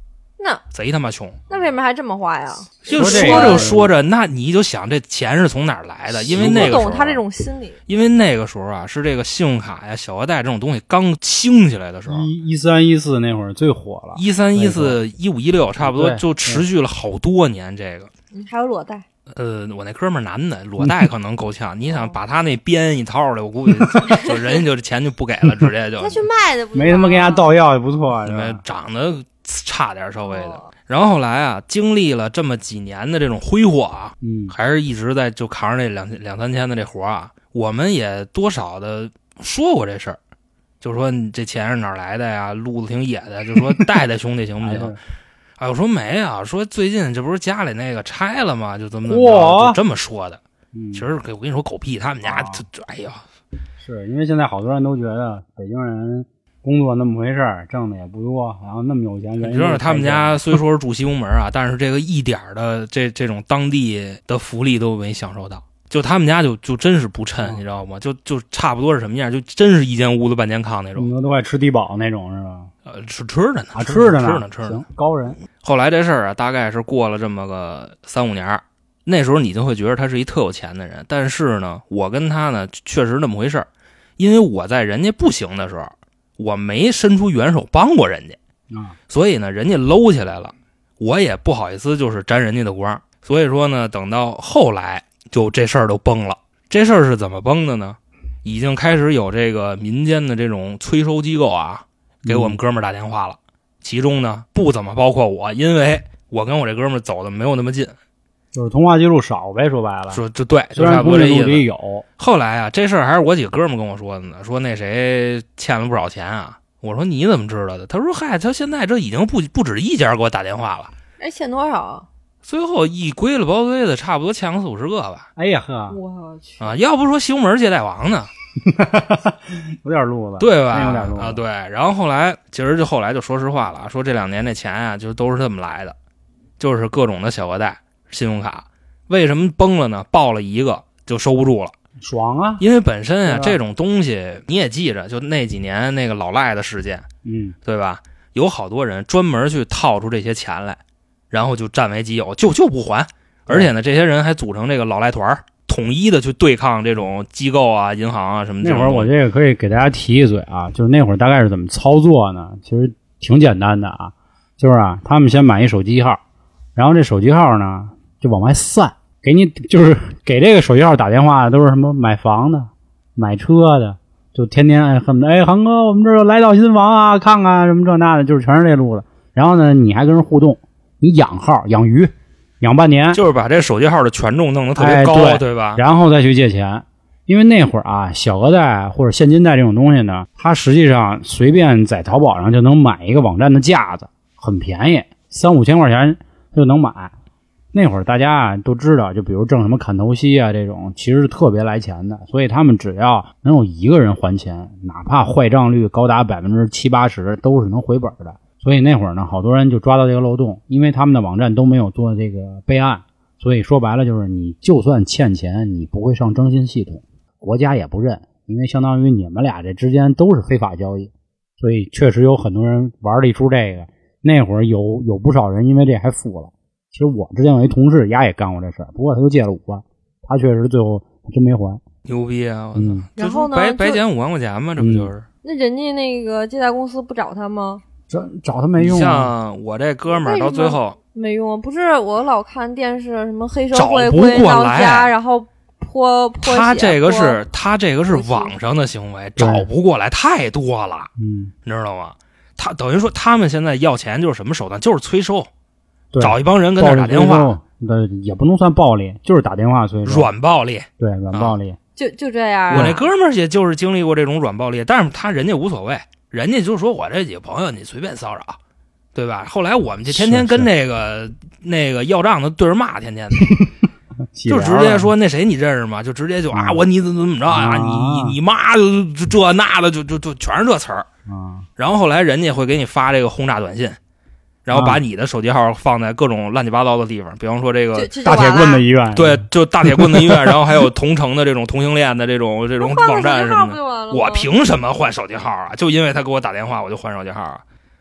那贼他妈穷。 那为什么还这么花呀？ 就说着，那你就想这钱是从哪儿来的？因为那个时候不懂他这种心理。 因为那个时候啊，是这个信用卡呀、小额贷这种东西刚兴起来的时候 ，13、14那会儿最火了 ，13、14、15、16差不多就持续了好多年。这个还有裸贷。 我那哥们儿男的裸贷可能够呛，你想把他那编一套的，我估计就人家就这钱就不给了，直接就他去卖的， 没他妈给人家倒药也不错， 长得差点稍微的。然后后来啊，经历了这么几年的这种挥霍啊，还是一直在就扛着这两三千的这活啊，我们也多少的说过这事儿，就说你这钱是哪儿来的呀？路子挺野的，就说带兄弟行不行？哎，我说没啊，说最近这不是家里那个拆了吗？就这么就这么说的。其实我跟你说狗屁，他们家哎呀， 是因为现在好多人都觉得北京人工作那么回事儿，挣的也不多，然后那么有钱， 你知道他们家虽说是住西红门啊，但是这个一点的这种当地的福利都没享受到。就他们家就真是不衬，你知道吗？就差不多是什么样，就真是一间屋子半间炕那种。 都快吃低保那种是吧？ 吃着呢， 吃着呢。 行， 高人。 后来这事儿啊，大概是过了这么个3、5年，那时候你就会觉得他是一特有钱的人。但是呢，我跟他呢确实那么回事儿，因为我在人家不行的时候，我没伸出援手帮过人家所以呢，人家搂起来了，我也不好意思就是沾人家的光。所以说呢，等到后来。就这事儿都崩了。这事儿是怎么崩的呢？已经开始有这个民间的这种催收机构啊，给我们哥们儿打电话了。其中呢，不怎么包括我，因为我跟我这哥们儿走的没有那么近， 就是通话记录少呗。说白了， 说就对，就差不多这意思。 有。 后来啊，这事儿还是我几个哥们儿跟我说的呢，说那谁欠了不少钱啊。我说你怎么知道的？他说嗨，他现在这已经不止一家给我打电话了。 哎，欠多少？ 最后一归了包堆的，差不多欠个40-50个吧。 哎呀呵， 我去啊！要不说西红门借贷王呢， 有点路子， 对吧？ 有点路子啊，对。然后后来就说实话了，说这2年这钱啊，就都是这么来的，就是各种的小额贷、信用卡。为什么崩了呢？报了一个就收不住了， 爽啊！ 因为本身啊这种东西你也记着，就那几年那个老赖的事件，对吧？有好多人专门去套出这些钱来。然后就占为己有，就不还，而且呢，这些人还组成这个老赖团，统一的去对抗这种机构啊、银行啊什么的。 那会儿我这个可以给大家提一嘴啊，就是那会儿大概是怎么操作呢？其实挺简单的啊，就是啊，他们先买一手机号，然后这手机号呢就往外散，给你就是给这个手机号打电话都是什么买房的、买车的，就天天恨不得航哥，我们这有来到新房啊，看看什么这那的，就是全是这路子。然后呢，你还跟人互动。你养号养鱼养半年， 就是把这手机号的权重弄得特别高，对吧？ 然后再去借钱，因为那会儿啊，小额贷或者现金贷这种东西呢，它实际上随便在淘宝上就能买一个网站的架子，很便宜，3、5千块钱就能买。那会儿大家啊都知道，就比如挣什么砍头息啊这种，其实是特别来钱的，所以他们只要能有一个人还钱，哪怕坏账率高达70%、80%，都是能回本的。所以那会儿呢，好多人就抓到这个漏洞，因为他们的网站都没有做这个备案，所以说白了就是你就算欠钱，你不会上征信系统，国家也不认，因为相当于你们俩这之间都是非法交易，所以确实有很多人玩了一出这个。那会儿有不少人因为这还富了。其实我之前有一同事，也干过这事儿，不过他就借了5万，他确实最后真没还。 牛逼啊！我操！ 然后呢， 白捡5万块钱嘛，这不就是？ 那人家那个借贷公司不找他吗？ 找他没用啊！ 像我这哥们儿到最后没用，不是我老看电视什么黑社会归到家，然后泼他这个是网上的行为，找不过来太多了，你知道吗？他等于说他们现在要钱就是什么手段，就是催收，找一帮人跟那打电话， 也不能算暴力，就是打电话催收， 软暴力， 对，软暴力， 就这样。 我那哥们儿也就是经历过这种软暴力，但是人家无所谓。人家就说我这几个朋友你随便骚扰，对吧？后来我们就天天跟那个要账的对着骂，天天的就直接说那谁你认识吗？就直接就你怎么着啊？你妈就这那的就全是这词儿。然后后来人家会给你发这个轰炸短信，然后把你的手机号放在各种乱七八糟的地方，比方说这个大铁棍的医院， 对，就大铁棍的医院，然后还有同城的这种同性恋的这种网站什么的。我凭什么换手机号啊？就因为他给我打电话，我就换手机号啊。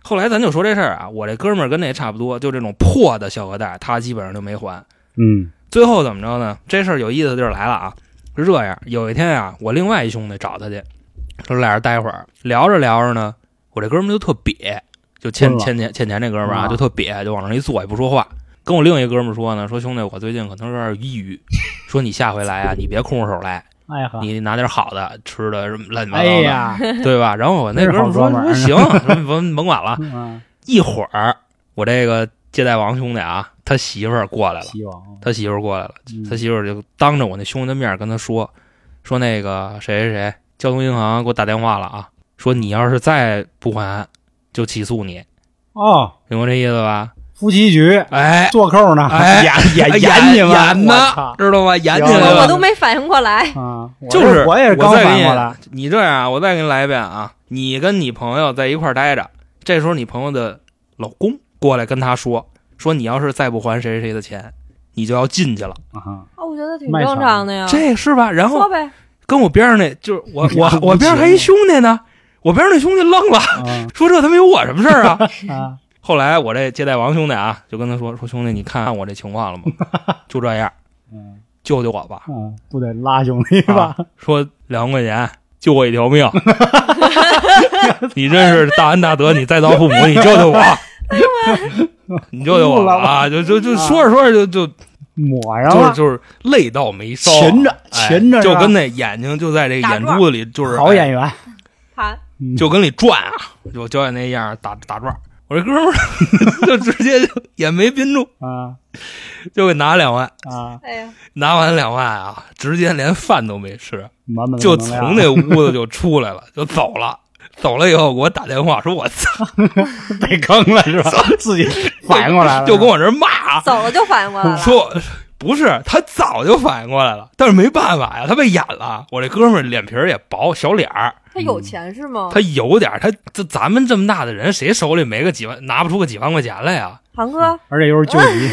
后来咱就说这事儿啊，我这哥们儿跟那差不多，就这种破的小额贷，他基本上就没还。最后怎么着呢？这事儿有意思的地儿来了啊，是这样，有一天啊，我另外一兄弟找他去，说俩人待会儿，聊着聊着呢，我这哥们儿就特瘪，就欠钱这哥们儿啊，就特瘪，就往那一坐也不说话。跟我另一个哥们儿说呢，说兄弟，我最近可能有点抑郁，说你下回来啊，你别空着手来，你拿点好的吃的乱七八糟的，对吧？然后我那哥们儿说行，说甭管了。一会儿我这个借贷王兄弟啊，他媳妇儿过来了，他媳妇儿过来了，他媳妇儿就当着我那兄弟的面跟他说那个谁交通银行给我打电话了啊，说你要是再不还就起诉你。明白这意思吧？ 夫妻局，做扣呢，演你们呢，知道吗？演你们， 我都没反应过来啊！ 就是我也是刚反应过来。 你这样啊，我再给你来一遍啊！你跟你朋友在一块待着，这时候你朋友的老公过来跟他说你要是再不还谁谁的钱，你就要进去了啊！我觉得挺正常的呀， 这是吧？然后说呗， 跟我边上那就是我边上还一兄弟呢，我边上那兄弟愣了，说这他妈有我什么事儿啊？后来我这借贷王兄弟啊，就跟他说兄弟，你看我这情况了吗？就这样，救救我吧！ 不得拉兄弟吧？ 说2万块钱救我一条命，你真是大恩大德，你再造父母，你救救我！你救救我啊！就说着就抹上了， 就是泪到眉梢， 噙着， 就跟那眼睛就在这眼珠子里，就是好演员， 就跟里转啊，就教演那样打转。我这哥们儿就直接就也没憋住啊， 就给拿2万啊！ 拿完2万啊，直接连饭都没吃，就从那屋子就出来了，就走了。走了以后给我打电话说：“我操， 被坑了是吧？”自己反应过来了， 就跟我这骂。 走了就反应过来了。 说不是，他早就反应过来了，但是没办法呀，他被演了。我这哥们儿脸皮也薄，小脸儿。 他有钱是吗？ 他有点，咱们这么大的人，谁手里没个几万，拿不出个几万块钱来呀？ 航哥， 而且又是救急。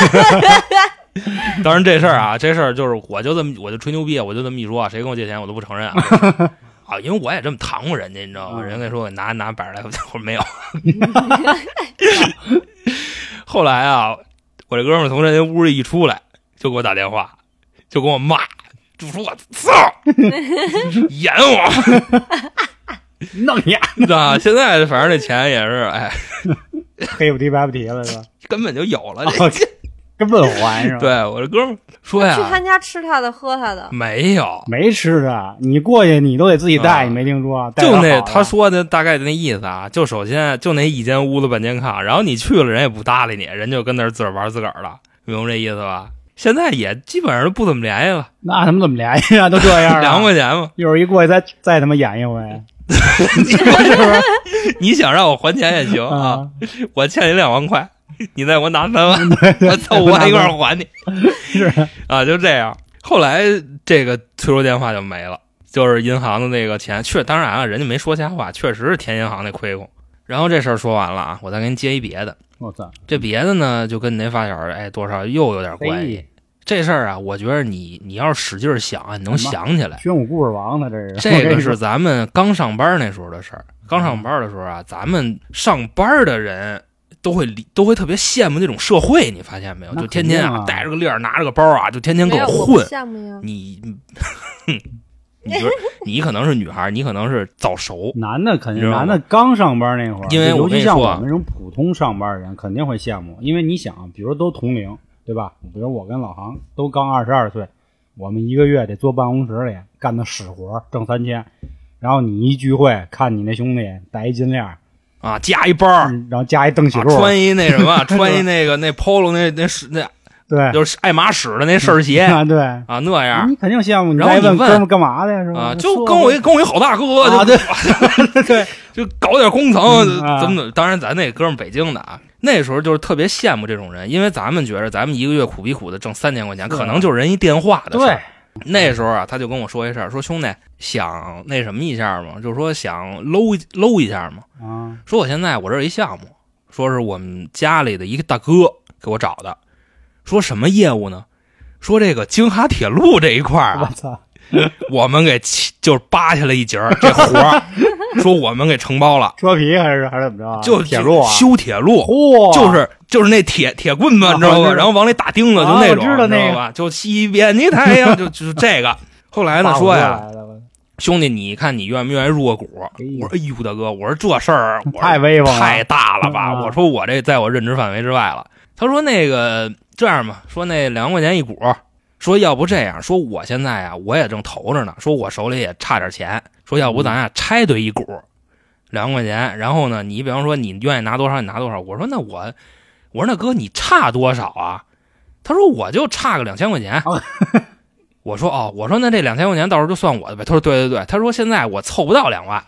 当然这事儿啊，这事儿就是我就吹牛逼，我就这么一说，谁跟我借钱我都不承认啊。啊，因为我也这么搪过人家，你知道吗？人家说我拿100来，我说没有。后来啊，我这哥们儿从人家屋里一出来，就给我打电话，就跟我骂。就说我操，演我， 弄你啊！现在反正这钱也是， 黑不提白不提了是吧？ 根本就有了， 根本还是吧？ 对我这哥们说呀， 去他家吃他的喝他的， 没吃的，你过去你都得自己带，你没听说？ 就那他说的大概的那意思啊，就首先就那一间屋子半间炕，然后你去了人也不搭理你，人就跟那儿自个儿玩自个儿了，明白这意思吧？现在也基本上都不怎么联系了， 那他们怎么联系啊？都这样 ，2万块钱嘛， 一会儿一过去再他妈演一回， 是不是？你想让我还钱也行啊，我欠你2万块，你再给我拿3万，我凑5万一块儿还你， 是啊，就这样。后来这个催收电话就没了，就是银行的那个钱，当然啊，人家没说瞎话，确实是填银行那亏空。然后这事儿说完了啊，我再给你接一别的。 我操， 这别的呢，就跟你那发小多少又有点关系。这事儿啊，我觉得你要是使劲想啊，你能想起来。 玄武故事王呢， 这个是咱们刚上班那时候的事儿。刚上班的时候啊，咱们上班的人都会特别羡慕那种社会，你发现没有？就天天啊带着个粒儿，拿着个包啊，就天天跟我混。 羡慕呀！ 你觉得你可能是女孩，你可能是早熟。 男的肯定，男的刚上班那会儿， 因为尤其像我们这种普通上班的人，肯定会羡慕。因为你想，比如都同龄，对吧？比如我跟老航都刚22岁，我们一个月得坐办公室里干的死活，挣3000。然后你一聚会，看你那兄弟戴一金链啊，加一包， 然后加一邓喜路， 穿一那什么，穿一那 polo 那对， 就是爱马仕的那身鞋啊，对啊，那样你肯定羡慕。 然后你问哥们干嘛的呀？是吧？ 啊，就跟我一好大哥， 啊，对对， 就搞点工程，怎么？当然，咱那哥们北京的啊，那时候就是特别羡慕这种人，因为咱们觉得咱们一个月苦逼苦的挣3000块钱，可能就是人一电话的事。 对， 那时候啊，他就跟我说一事儿，说兄弟想那什么一下嘛，就是说想搂一下嘛。 啊， 说我现在我这有一项目，说是我们家里的一个大哥给我找的。说什么业务呢？说这个京哈铁路这一块啊， 我操， 我们给就是扒下来一截儿，这活儿说我们给承包了， 车皮还是怎么着？ 就铁路啊， 修铁路，就是那铁棍子，你知道吧？然后往里打钉子，就那种， 知道那个吧？就西边你太阳，就是这个。后来呢说呀，兄弟，你看你愿不愿意入个股？我说哎呦大哥，我说这事儿太威风了， 太大了吧？我说我这在我认知范围之外了。他说那个这样吧，说那2块钱一股，说要不这样，说我现在啊我也正投着呢，说我手里也差点钱，说要不咱俩拆对一股2块钱，然后呢你比方说你愿意拿多少你拿多少。我说那我说那哥你差多少啊？他说我就差个2000块钱。我说我说那这2000块钱到时候就算我的呗。他说对对对，他说现在我凑不到2万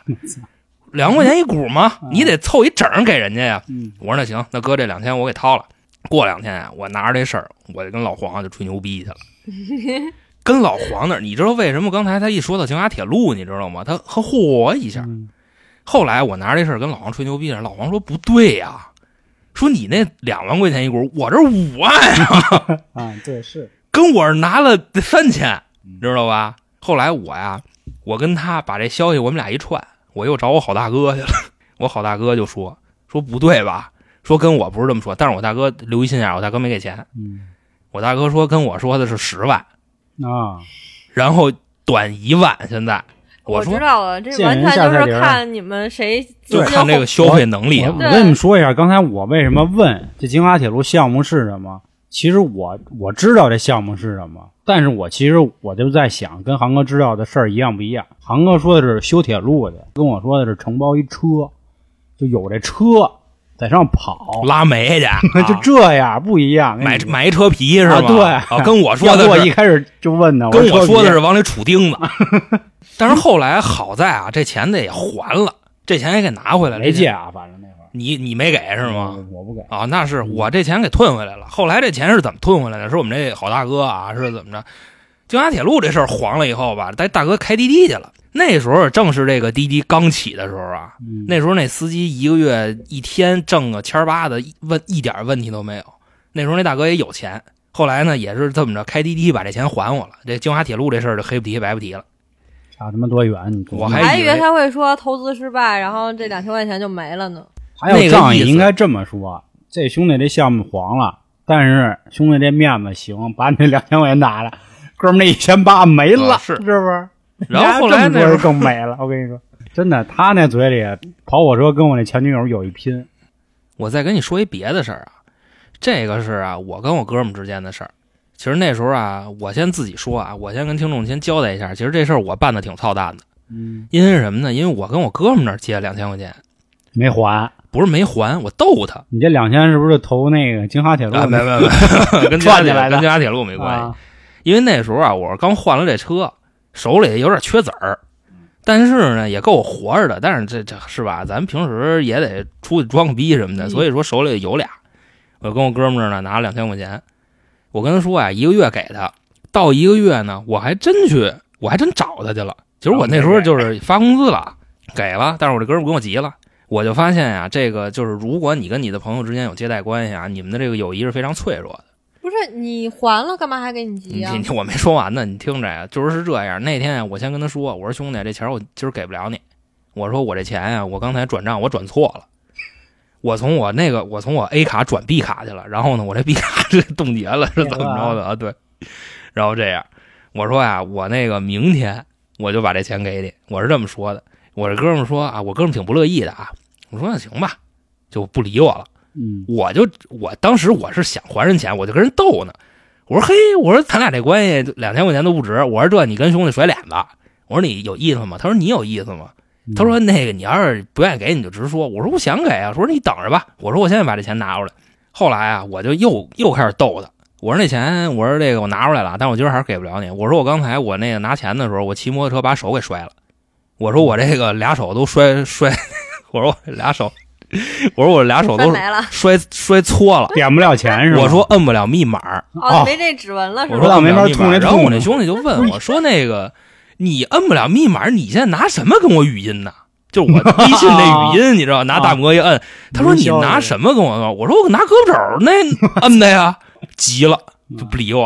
，2块钱一股嘛，你得凑一整给人家呀。我说那行，那哥这2000我给掏了。过2天啊，我拿着这事儿，我就跟老黄就吹牛逼去了。跟老黄那儿，你知道为什么刚才他一说到京华铁路，你知道吗？他嚯一下。后来我拿着这事儿跟老黄吹牛逼，老黄说不对呀，说你那2万块钱一股，我这5万啊。 啊，对是。 跟我拿了3000，知道吧？后来我跟他把这消息我们俩一串，我又找我好大哥去了。我好大哥就说不对吧？说跟我不是这么说，但是我大哥留一心眼，我大哥没给钱。我大哥说跟我说的是10万啊， 然后短1万。现在我知道了，这完全就是看你们谁就看这个消费能力啊。 我跟你们说一下，刚才我为什么问这京华铁路项目是什么？其实我知道这项目是什么，但是我就在想，跟航哥知道的事儿一样不一样？航哥说的是修铁路的，跟我说的是承包一车，就有这车在上跑拉煤去， 就这样不一样。 买一车皮是吧？ 对， 跟我说的是， 我一开始就问呢， 跟我说的是往里杵钉子。但是后来好在啊，这钱得也还了，这钱也给拿回来了。 没借啊，反正那会儿你没给是吗？ 我不给啊，那是我这钱给吞回来了。后来这钱是怎么吞回来的？是我们这好大哥啊，是怎么着？京华铁路这事儿黄了以后吧，带大哥开滴滴去了。那时候正是这个滴滴刚起的时候啊，那时候那司机1个月1天挣个1800的，一点问题都没有。那时候那大哥也有钱。后来呢，也是这么着开滴滴把这钱还我了。这京华铁路这事儿就黑不提白不提了。 差他妈多远？ 我还以为他会说投资失败，然后这2000块钱就没了呢。 还有仗义应该这么说，这兄弟这项目黄了，但是兄弟这面子行，把你这2000块钱拿了，哥们那1800没了，是不是？ 然后后来那人更没了。我跟你说，真的，他那嘴里跑火车跟我那前女友有一拼。 我再跟你说一别的事儿啊，这个是啊我跟我哥们之间的事儿。其实那时候啊，我先自己说啊，我先跟听众先交代一下，其实这事儿我办的挺操蛋的。因为什么呢？因为我跟我哥们那儿借2000块钱没还。 不是没还，我逗他。 你这2000是不是投那个京华铁路？ 没，跟京华铁路没关系。因为那时候啊，我刚换了这车，手里有点缺子儿，但是呢也够我活着的。但是这是吧，咱平时也得出去装个逼什么的，所以说手里有俩。我跟我哥们儿呢拿了2000块钱，我跟他说啊，1个月给他。到1个月呢，我还真找他去了。其实我那时候就是发工资了，给了，但是我这哥们儿跟我急了。我就发现呀，这个就是如果你跟你的朋友之间有借贷关系啊，你们的这个友谊是非常脆弱的。 不是你还了，干嘛还给你急啊？ 我没说完呢，你听着呀，就是这样。那天呀，我先跟他说，我说兄弟，这钱我今儿给不了你。我说我这钱呀，我刚才转账我转错了，我从我 A 卡转 B 卡去了，然后呢，我这 B 卡是冻结了，是怎么着的啊？对。然后这样，我说呀，我那个明天我就把这钱给你，我是这么说的。我这哥们说啊，我哥们挺不乐意的啊。我说那行吧，就不理我了。我当时我是想还人钱，我就跟人斗呢。我说嘿，我说咱俩这关系2000块钱都不值。我说这你跟兄弟甩脸子。我说你有意思吗？他说你有意思吗？他说那个你要是不愿意给你就直说。我说我想给啊。我说你等着吧。我说我现在把这钱拿出来。后来啊，我就又开始斗他。我说那钱，我说这个我拿出来了，但我今儿还是给不了你。我说我刚才我那个拿钱的时候，我骑摩托车把手给摔了。我说我这个俩手都摔，我说我俩手都摔搓了， 点不了钱是吧？ 我说摁不了密码。 没这指纹了是吧？ 我说摁不了密码。然后我那兄弟就问我说那个你摁不了密码，你现在拿什么跟我语音呢？就是我微信那语音，你知道，拿大摩一摁。他说你拿什么跟我说？我说我拿胳膊肘那摁的呀。急了就不理我了。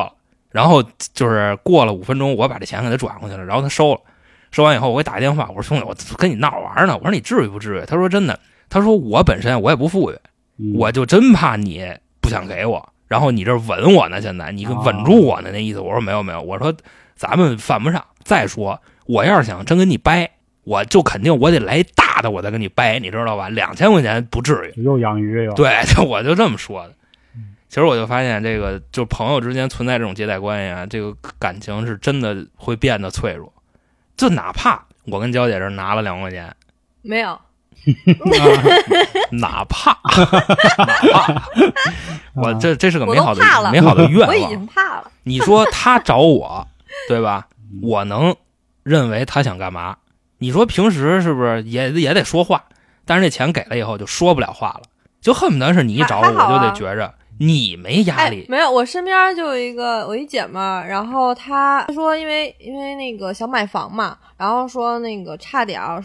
然后就是过了5分钟，我把这钱给他转过去了，然后他收了。收完以后，我给打一电话，我说兄弟，我跟你闹玩呢。我说你至于不至于？他说真的，他说我本身我也不富裕，我就真怕你不想给我，然后你这稳我呢，现在你稳住我呢那意思。我说没有，我说咱们犯不上。再说我要是想真跟你掰，我就肯定我得来大的，我再跟你掰，你知道吧？2000块钱不至于。 又养鱼又对，我就这么说的。其实我就发现这个，就朋友之间存在这种借贷关系啊，这个感情是真的会变得脆弱。就哪怕我跟娇姐这拿了2万块钱， 没有， 哪怕我这是个美好的愿望。 我已经怕了。 你说他找我，对吧？我能认为他想干嘛？你说平时是不是也得说话？但是这钱给了以后就说不了话了，就恨不得是你一找我，我就得觉着你没压力。 没有，我身边就有我一姐们儿，然后她说因为那个想买房嘛，然后说那个差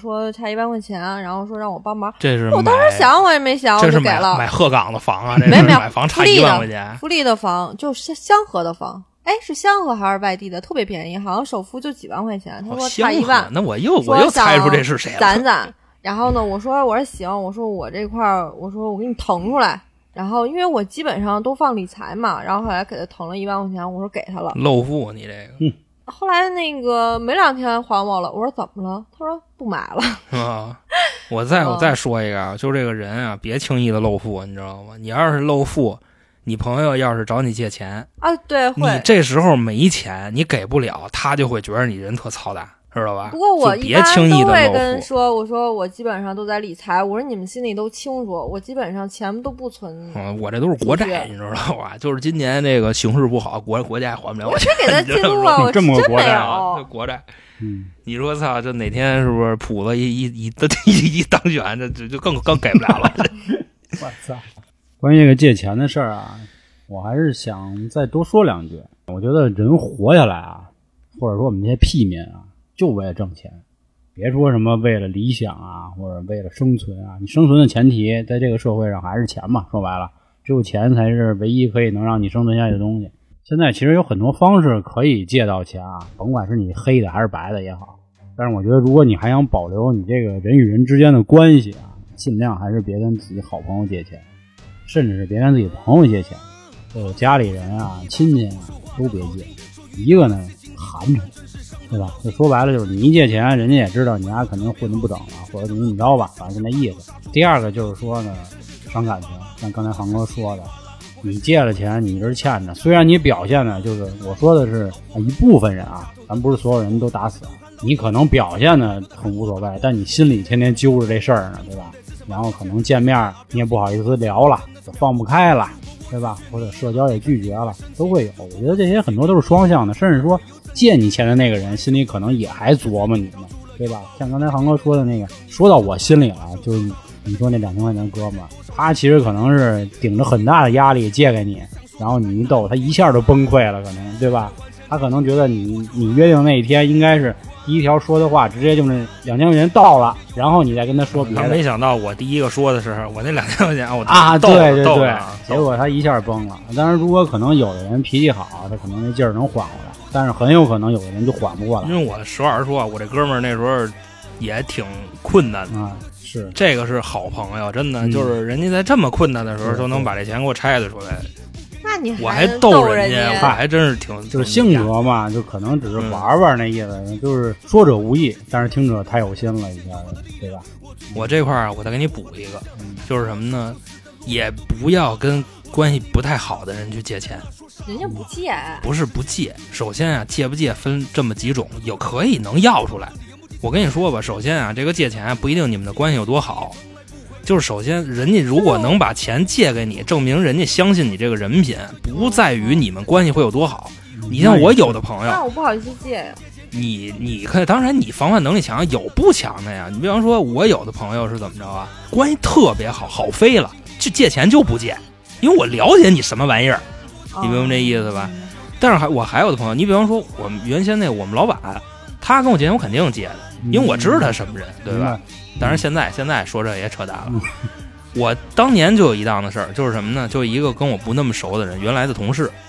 1万块钱，然后说让我帮忙。 这是我当时想我也没想， 这是我就给了。 买鹤岗的房啊，这没有买房差1万块钱， 福利的房就是香河的房。哎，是香河还是外地的？特别便宜，好像首付就几万块钱。他说差1万， 那我又猜出这是谁了。 攒。然后呢，我说行，我说我这块儿，我说我给你腾出来。然后因为我基本上都放理财嘛，然后后来给他腾了1万块钱，我说给他了。 露富你这个。 后来那个没2天还我了，我说怎么了？他说不买了。 啊，我再说一个啊，就这个人啊，别轻易的露富，你知道吗？你要是露富。你朋友要是找你借钱啊，对， 你这时候没钱，你给不了，他就会觉得你人特操蛋，知道吧？ 不过我一般都会跟说，我说我基本上都在理财，我说你们心里都清楚，我基本上钱都不存。 我这都是国债，你知道吧？就是今年这个形势不好，国家还不了我钱。 我给他记录了，我真没有国债。你说操，这哪天是不是普子一当选，这就更给不了了。 我操！关于这个借钱的事儿啊，我还是想再多说2句。我觉得人活下来啊，或者说我们这些屁民啊，就为了挣钱，别说什么为了理想啊，或者为了生存啊。你生存的前提在这个社会上还是钱嘛，说白了，只有钱才是唯一可以能让你生存下去的东西。现在其实有很多方式可以借到钱啊，甭管是你黑的还是白的也好。但是我觉得如果你还想保留你这个人与人之间的关系啊，尽量还是别跟自己好朋友借钱。甚至是别跟自己朋友借钱，家里人啊、亲戚啊都别借。一个呢，寒碜，对吧？就说白了就是你一借钱，人家也知道你肯定混得不等了，或者怎么着吧，反正是那意思。第二个就是说呢，伤感情，像刚才航哥说的，你借了钱，你一直欠着，虽然你表现呢，就是我说的是一部分人啊，咱不是所有人都打死，你可能表现的很无所谓，但你心里天天揪着这事儿呢，对吧？然后可能见面你也不好意思聊了，就放不开了，对吧？或者社交也拒绝了，都会有。我觉得这些很多都是双向的，甚至说借你钱的那个人心里可能也还琢磨你呢，对吧？像刚才航哥说的那个，说到我心里了，就是你说那2000块钱哥们儿，他其实可能是顶着很大的压力借给你，然后你一逗他一下就崩溃了，可能，对吧？他可能觉得你约定那一天应该是第一条说的话直接就那2000块钱到了，然后你再跟他说别的。 没想到我第一个说的是我那2000块钱我对，结果他一下崩了。当然如果可能有的人脾气好，他可能那劲儿能缓过来，但是很有可能有的人就缓不过来。 因为我实话实说，我这哥们儿那时候也挺困难的啊，是这个是好朋友，真的就是人家在这么困难的时候都能把这钱给我拆得出来。 那你我还逗人家，我还真是就是性格嘛，就可能只是玩玩那意思，就是说者无意，但是听者太有心了一下，对吧？ 我这块儿我再给你补一个，就是什么呢？也不要跟关系不太好的人去借钱。 人家不借， 不是不借。首先啊，借不借分这么几种，有可以能要出来。我跟你说吧，首先啊，这个借钱不一定你们的关系有多好。就是首先人家如果能把钱借给你，证明人家相信你这个人品，不在于你们关系会有多好。你像我有的朋友， 那我不好意思借呀。 你可以，当然你防范能力强，有不强的呀。你比方说我有的朋友是怎么着啊，关系特别好，好飞了，就借钱就不借，因为我了解你什么玩意儿，你明白这意思吧？但是我还有的朋友，你比方说我们原先我们老板，他跟我借钱我肯定借的，因为我知道他什么人，对吧？当然现在说这也扯淡了。我当年就有一档的事儿，就是什么呢？就一个跟我不那么熟的人，原来的同事，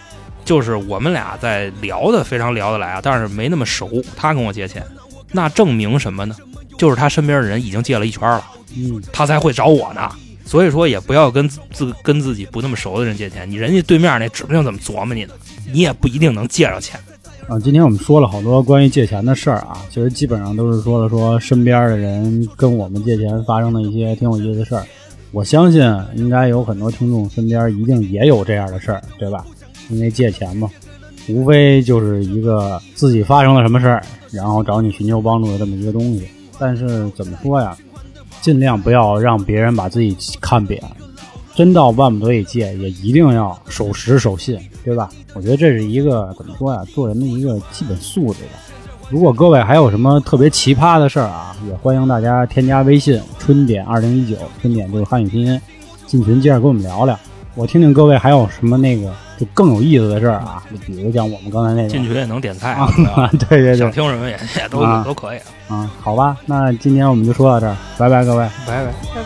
就是我们俩在聊的非常聊得来啊，但是没那么熟。他跟我借钱，那证明什么呢？就是他身边的人已经借了一圈了，他才会找我呢。所以说也不要跟自己不那么熟的人借钱，你人家对面那指不定怎么琢磨你呢，你也不一定能借着钱。 今天我们说了好多关于借钱的事儿啊，其实基本上都是说身边的人跟我们借钱发生的一些挺有意思的事儿。我相信应该有很多听众身边一定也有这样的事儿，对吧？因为借钱嘛，无非就是一个自己发生了什么事儿，然后找你寻求帮助的这么一个东西。但是怎么说呀，尽量不要让别人把自己看扁，真到万不得已借也一定要守时守信，对吧？我觉得这是一个怎么说呀，做人的一个基本素质吧。如果各位还有什么特别奇葩的事儿啊，也欢迎大家添加微信春点2019，春点就是汉语拼音，进群接着跟我们聊聊。我听听各位还有什么那个就更有意思的事儿啊，就比如像我们刚才那个进群也能点菜啊，对对对， 想听什么也都可以啊。好吧，那今天我们就说到这儿，拜拜各位， 拜拜。